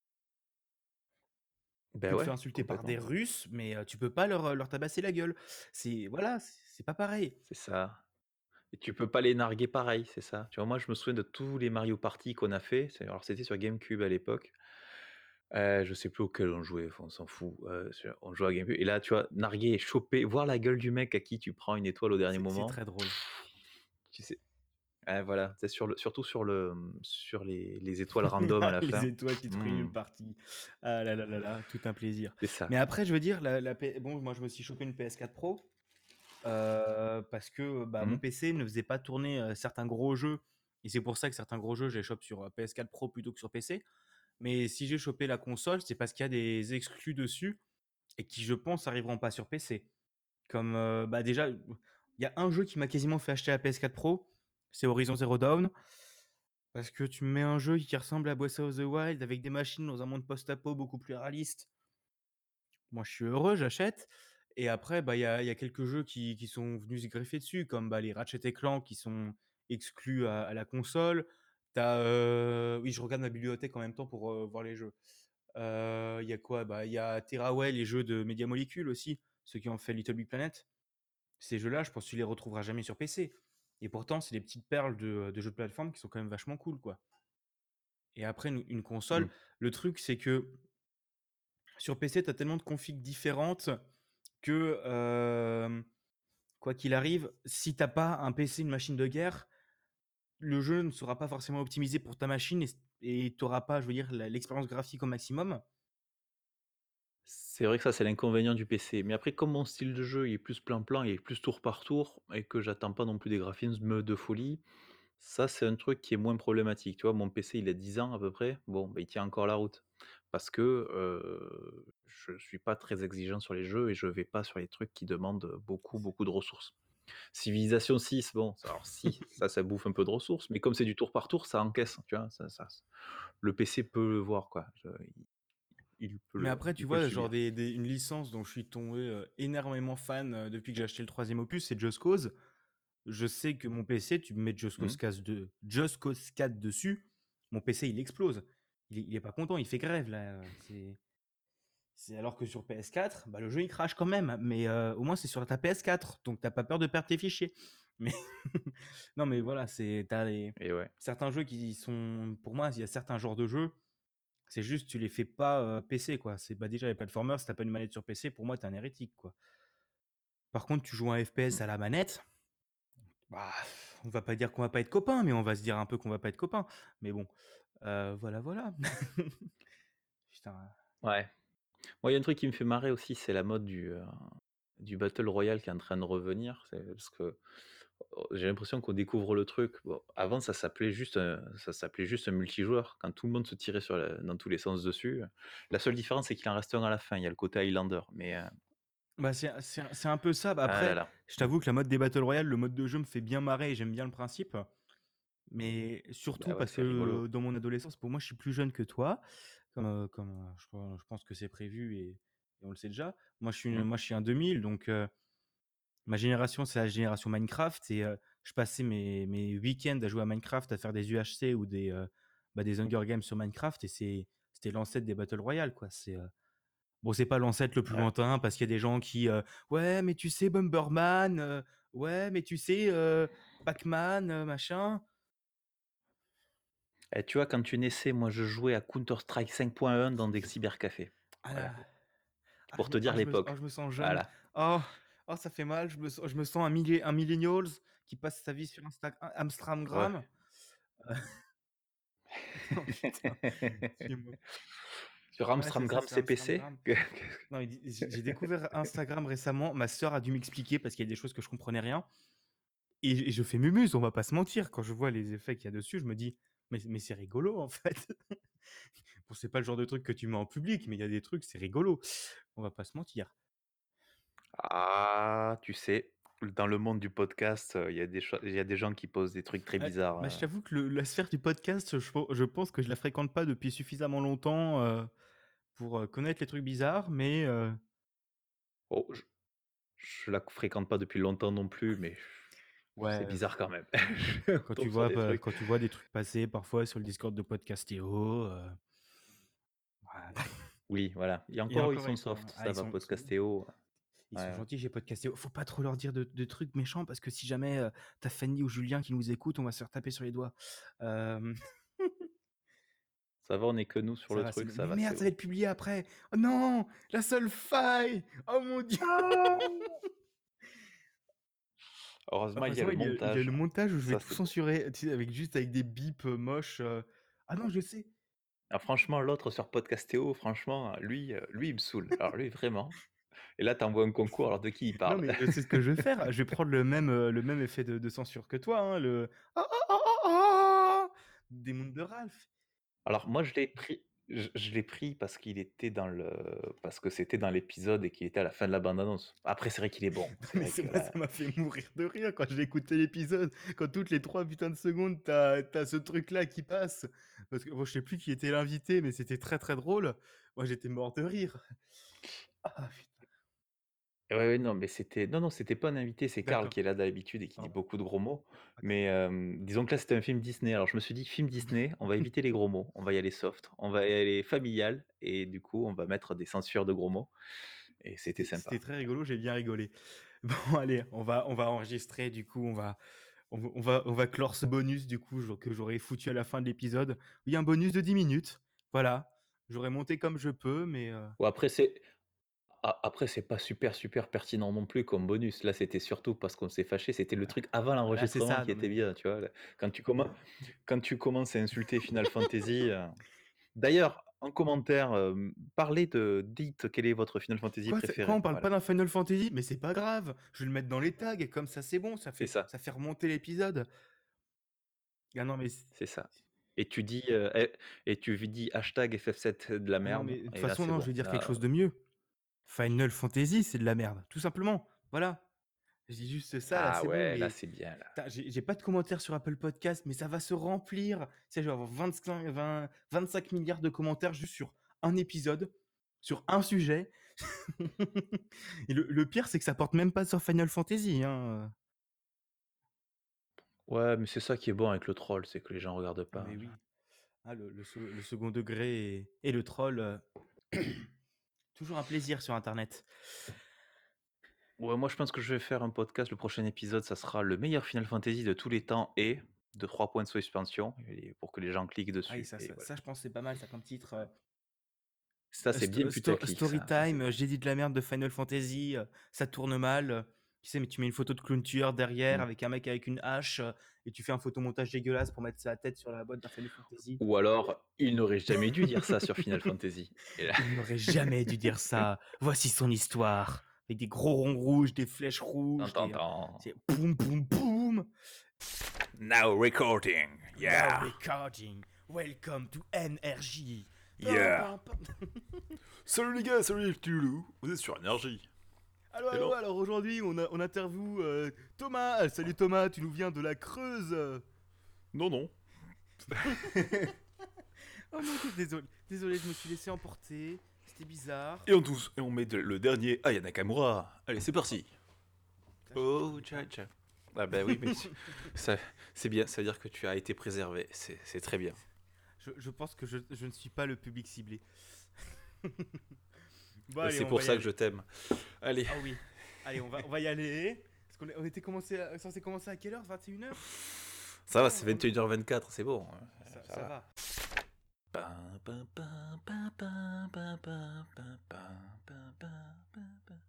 Tu Ben peux te faire ouais, insulter par des complètement. Russes, mais euh, tu peux pas leur, leur tabasser la gueule. C'est voilà, c'est c'est pas pareil. C'est ça. Et tu peux pas les narguer pareil, c'est ça. Tu vois, moi, je me souviens de tous les Mario Party qu'on a fait. C'est- Alors, c'était sur GameCube à l'époque. Euh, je sais plus auquel on jouait, enfin, on s'en fout. Euh, sur- on jouait à GameCube. Et là, tu vois, narguer, choper, voir la gueule du mec à qui tu prends une étoile au dernier C'est c'est moment. très drôle. Tu sais, ah, voilà, c'est sur le, surtout sur le, sur les, les étoiles random à la Les fin. étoiles qui te ruinent Hmm, une partie. Ah là là là là, tout un plaisir. c'est ça. Mais après, je veux dire, la, la P- bon, moi je me suis chopé une P S quatre Pro euh, parce que bah, Hmm. mon P C ne faisait pas tourner euh, certains gros jeux. Et c'est pour ça que certains gros jeux, je les chope sur euh, P S quatre Pro plutôt que sur P C. Mais si j'ai chopé la console, c'est parce qu'il y a des exclus dessus et qui, je pense, arriveront pas sur P C. Comme euh, bah déjà, il y a un jeu qui m'a quasiment fait acheter la P S quatre Pro, c'est Horizon Zero Dawn. Parce que tu me mets un jeu qui ressemble à Breath of the Wild avec des machines dans un monde post-apo beaucoup plus réaliste. Moi, je suis heureux, j'achète. Et après, bah, il y a, il y a quelques jeux qui, qui sont venus se greffer dessus, comme bah, les Ratchet et Clank qui sont exclus à, à la console. T'as, euh, oui, je regarde ma bibliothèque en même temps pour euh, voir les jeux. Euh, Il y a quoi? Bah, il y a Terraway, les jeux de Media Molecule aussi, ceux qui ont fait Little Big Planet. Ces jeux-là, je pense que tu les retrouveras jamais sur P C. Et pourtant, c'est des petites perles de, de jeux de plateforme qui sont quand même vachement cool, quoi. Et après, une, une Hmm. console, le truc, c'est que sur P C, tu as tellement de configs différentes que, euh, quoi qu'il arrive, si t'as pas un P C, une machine de guerre, le jeu ne sera pas forcément optimisé pour ta machine et tu n'auras pas, je veux dire, la- l'expérience graphique au maximum. C'est vrai que ça, c'est l'inconvénient du P C. Mais après, comme mon style de jeu, il est plus plan-plan, il est plus tour par tour, et que j'attends pas non plus des graphismes de folie, ça, c'est un truc qui est moins problématique. Tu vois, mon P C, il a dix ans à peu près. Bon, bah, il tient encore la route. Parce que euh, je suis pas très exigeant sur les jeux et je vais pas sur les trucs qui demandent beaucoup, beaucoup de ressources. Civilisation six, bon, ça- alors si, ça, ça bouffe un peu de ressources, mais comme c'est du tour par tour, ça encaisse, tu vois, ça, ça- le P C peut le voir, quoi. Je- il, il peut Mais le, après, tu il peut le vois, genre subir. des, des- une licence dont je suis tombé euh, énormément fan euh, depuis que j'ai acheté le troisième opus, c'est Just Cause. Je sais que mon P C, tu me mets Just Hmm. Cause quatre, de, Just Cause quatre dessus, mon P C, il explose. Il, est- il est pas content, il fait grève, là. C'est... C'est alors que sur P S quatre, bah, le jeu il crache quand même, mais euh, au moins c'est sur ta P S quatre, donc t'as pas peur de perdre tes fichiers. Mais non, mais voilà, c'est t'as les... Et ouais. certains jeux qui sont, pour moi, il y a certains genres de jeux, c'est juste tu les fais pas euh, P C quoi. C'est bah déjà les platformers, si t'as pas une manette sur P C, pour moi t'es un hérétique quoi. Par contre, tu joues un F P S Hmm. à la manette, bah on va pas dire qu'on va pas être copains, mais on va se dire un peu qu'on va pas être copains. Mais bon, euh, voilà, voilà. Putain. Ouais. Moi, il y a un truc qui me fait marrer aussi, c'est la mode du, euh, du Battle Royale qui est en train de revenir. C'est parce que oh, j'ai l'impression qu'on découvre le truc. Bon, avant, ça s'appelait juste, un, ça s'appelait juste un multijoueur, quand tout le monde se tirait sur la- dans tous les sens dessus. La seule différence, c'est qu'il en reste un à la fin. Il y a le côté Highlander. Mais euh, Bah c'est c'est un c'est un peu ça. Bah ah là après, là. je t'avoue que la mode des Battle Royale, le mode de jeu me fait bien marrer et j'aime bien le principe. Mais surtout Bah ouais, parce c'est que rigolo. euh, dans mon adolescence, pour moi, je suis plus jeune que toi, comme, euh, comme euh, je, crois- je pense que c'est prévu et, et on le sait déjà. Moi, je suis, Hmm. moi, je suis un deux mille, donc euh, ma génération, c'est la génération Minecraft et euh, je passais mes, mes week-ends à jouer à Minecraft, à faire des U H C ou des, euh, bah, des Hunger Games sur Minecraft et c'est, c'était l'ancêtre des Battle Royale, quoi. C'est, euh, Bon, c'est pas l'ancêtre le plus Ouais. lointain parce qu'il y a des gens qui euh, ouais, mais tu sais Bomberman, euh, ouais, mais tu sais euh, Pac-Man, euh, machin. Et tu vois, quand tu naissais, moi, je jouais à Counter-Strike cinq point un dans des cybercafés. Ah Voilà, là, ah, pour je te me, ah, dire je me, ah, l'époque. je me sens jeune. Voilà. Oh, oh, ça fait mal. Je me, sens- je me sens un, millé- un millennials qui passe sa vie sur Instagram, Ouais. Amstramgram. Euh, non, putain, excuse-moi. Sur Ouais, c'est ça, Amstramgram c'est C P C. Amstramgram. Non, il dit- j'ai j'ai découvert Instagram récemment. Ma sœur a dû m'expliquer parce qu'il y a des choses que je comprenais rien. Et, et je fais mumuse, on va pas se mentir. Quand je vois les effets qu'il y a dessus, je me dis, mais, mais c'est rigolo en fait. Bon, c'est pas le genre de truc que tu mets en public, mais il y a des trucs, c'est rigolo. On va pas se mentir. Ah, tu sais, dans le monde du podcast, euh, il y a des cho- il y a des gens qui posent des trucs très Ouais, bizarres. bah, je euh. t'avoue que le- la sphère du podcast, je, je pense que je la fréquente pas depuis suffisamment longtemps euh, pour euh, connaître les trucs bizarres, mais euh, Oh, je, je la fréquente pas depuis longtemps non plus, mais c'est ouais, bizarre quand même. quand Je tu tombe sur vois, des bah, trucs. quand tu vois des trucs passer parfois sur le Discord de Podcastéo, euh, ouais. Oui, voilà. Et Et encore, ils encore, sont ils sont, soft, ah, ça ils va, sont, ils sont, Podcastéo. ils sont Ouais. gentils chez Podcastéo. Faut pas trop leur dire de, de trucs méchants parce que si jamais euh, t'as Fanny ou Julien qui nous écoutent, on va se faire taper sur les doigts. Euh, Ça va, on est que nous sur Ça le va, c'est truc, mieux. ça Mais va, c'est merde, ça bon. va être publié après. Oh non, la seule faille. Oh mon dieu. Heureusement, il y a Heureusement, le il y a, il y a montage. le montage où je vais Ça, tout c'est bon. censurer, tu sais, avec juste avec des bips euh, moches. euh. Ah non, je sais. Ah, franchement, l'autre sur Podcastéo, franchement, lui, euh, lui, il me saoule. Alors lui, vraiment. Et là, t'envoies un concours, alors de qui il Non, parle? mais je sais ce que je vais faire. Je vais prendre le même, euh, le même effet de, de censure que toi, hein, le ah, ah, ah, ah, ah des mondes de Ralph. Alors moi, je l'ai pris, je, je l'ai pris parce qu'il était dans le, parce que c'était dans l'épisode et qu'il était à la fin de la bande-annonce. Après, c'est vrai qu'il est bon. C'est Mais vrai c'est que moi, ça là, m'a fait mourir de rire quand j'ai écouté l'épisode. Quand toutes les trois putains de secondes, t'as as ce truc-là qui passe. Parce que bon, je sais plus qui était l'invité, mais c'était très très drôle. Moi, j'étais mort de rire. Ah, putain. ouais, ouais, non, mais c'était, non, non, c'était pas un invité, c'est Karl D'accord. qui est là d'habitude et qui dit Pardon. beaucoup de gros mots. D'accord. Mais euh, disons que là, c'était un film Disney. Alors je me suis dit, film Disney, on va éviter les gros mots, on va y aller soft, on va y aller familial et du coup, on va mettre des censures de gros mots. Et c'était C'était c'était sympa. très rigolo, j'ai bien rigolé. Bon, allez, on va, on va enregistrer, du coup, on va, on, va- on va, on va clore ce bonus, du coup, jo- que j'aurais foutu à la fin de l'épisode. Il y a un bonus de dix minutes. Voilà. J'aurais monté comme je peux, mais... euh, Ou après, c'est, a- après, c'est pas super, super pertinent non plus comme bonus. Là, c'était surtout parce qu'on s'est fâché. C'était le truc avant Voilà, c'est l'enregistrement ça. qui Non, était mais... bien, tu vois. Là. Quand tu, commen- quand tu commences à insulter Final Fantasy. euh, D'ailleurs, en commentaire, euh, parlez de. Dites quel est votre Final Fantasy Quoi, c'est- quoi, on préféré. parle pas Voilà, d'un Final Fantasy? Mais c'est pas grave. Je vais le mettre dans les tags, et comme ça, c'est bon. Ça c'est fait, ça, ça fait remonter l'épisode. Ah non, mais... c'est- c'est ça. Et tu dis, euh, eh, et tu dis hashtag F F sept de la Ah non, merde, mais de toute et là, façon, c'est non, je bon. vais dire quelque Là, chose de mieux. Final Fantasy, c'est de la merde. Tout simplement. Voilà. Je dis juste ça, là, ah c'est bon, ouais, là, mais... c'est bien, là. Putain, J'ai j'ai pas de commentaires sur Apple Podcast, mais ça va se remplir. Tu sais, je vais avoir vingt-cinq, vingt, vingt-cinq milliards de commentaires juste sur un épisode, sur un sujet. Et le, le pire, c'est que ça porte même pas sur Final Fantasy. Hein. Ouais, mais c'est ça qui est bon avec le troll, c'est que les gens regardent Ah, pas. mais oui. Ah, le, le se- le second degré et, et le troll. euh, Toujours un plaisir sur Internet. Ouais, moi je pense que je vais faire un podcast. Le prochain épisode, ça sera le meilleur Final Fantasy de tous les temps et de trois points de suspension et pour que les gens cliquent Ah, oui, dessus. ça, Et ça, voilà. ça, je pense que c'est pas mal, ça, comme titre. euh, Ça, c'est bien Sto- sto- putaclic, story ça. Ça, c'est time, euh, bien. j'ai dit de la merde de Final Fantasy, euh, ça tourne mal. euh, Tu sais, mais tu mets une photo de clown tueur derrière Mm. avec un mec avec une hache euh, et tu fais un photomontage dégueulasse pour mettre sa tête sur la boîte d'un Final Fantasy. Ou alors, il n'aurait jamais dû dire ça sur Final Fantasy. Et là, Il n'aurait jamais dû dire ça. Voici son histoire. Avec des gros ronds rouges, des flèches rouges, tant, des. euh, tant. C'est boum boum boum. Now recording. Now Yeah. recording. Welcome to N R J. Yeah. Pam, pam, pam. Salut les gars, salut les petits loulous. Vous êtes sur Énergie. Alors, Hello. alors, alors aujourd'hui, on, a, on interview euh, Thomas. Ah, salut Thomas, tu nous viens de la Creuse. Non, non. Oh mon dieu, désolé, désolé, je me suis laissé emporter. C'était bizarre. Et on, tous, et on met de- le dernier Aya Nakamura. Allez, c'est parti. Oh, ciao, ciao. Ah bah oui, mais c'est- ça, c'est bien, ça veut dire que tu as été préservé. C'est c'est très bien. Je, je pense que je, je ne suis pas le public ciblé. Bon, allez, C'est on pour va y ça que aller. je t'aime. Allez, Ah oui. Allez, on va, on va y aller. Parce qu'on est- on était commencé à- censé commencer à quelle heure? vingt et une heures? ça va, Non, c'est on- vingt et une heures vingt-quatre, c'est bon. ça, Ça ça va. va. Pam, pam, pam, pam, pam, pam, pam, pam, pam, pam, pam, pam.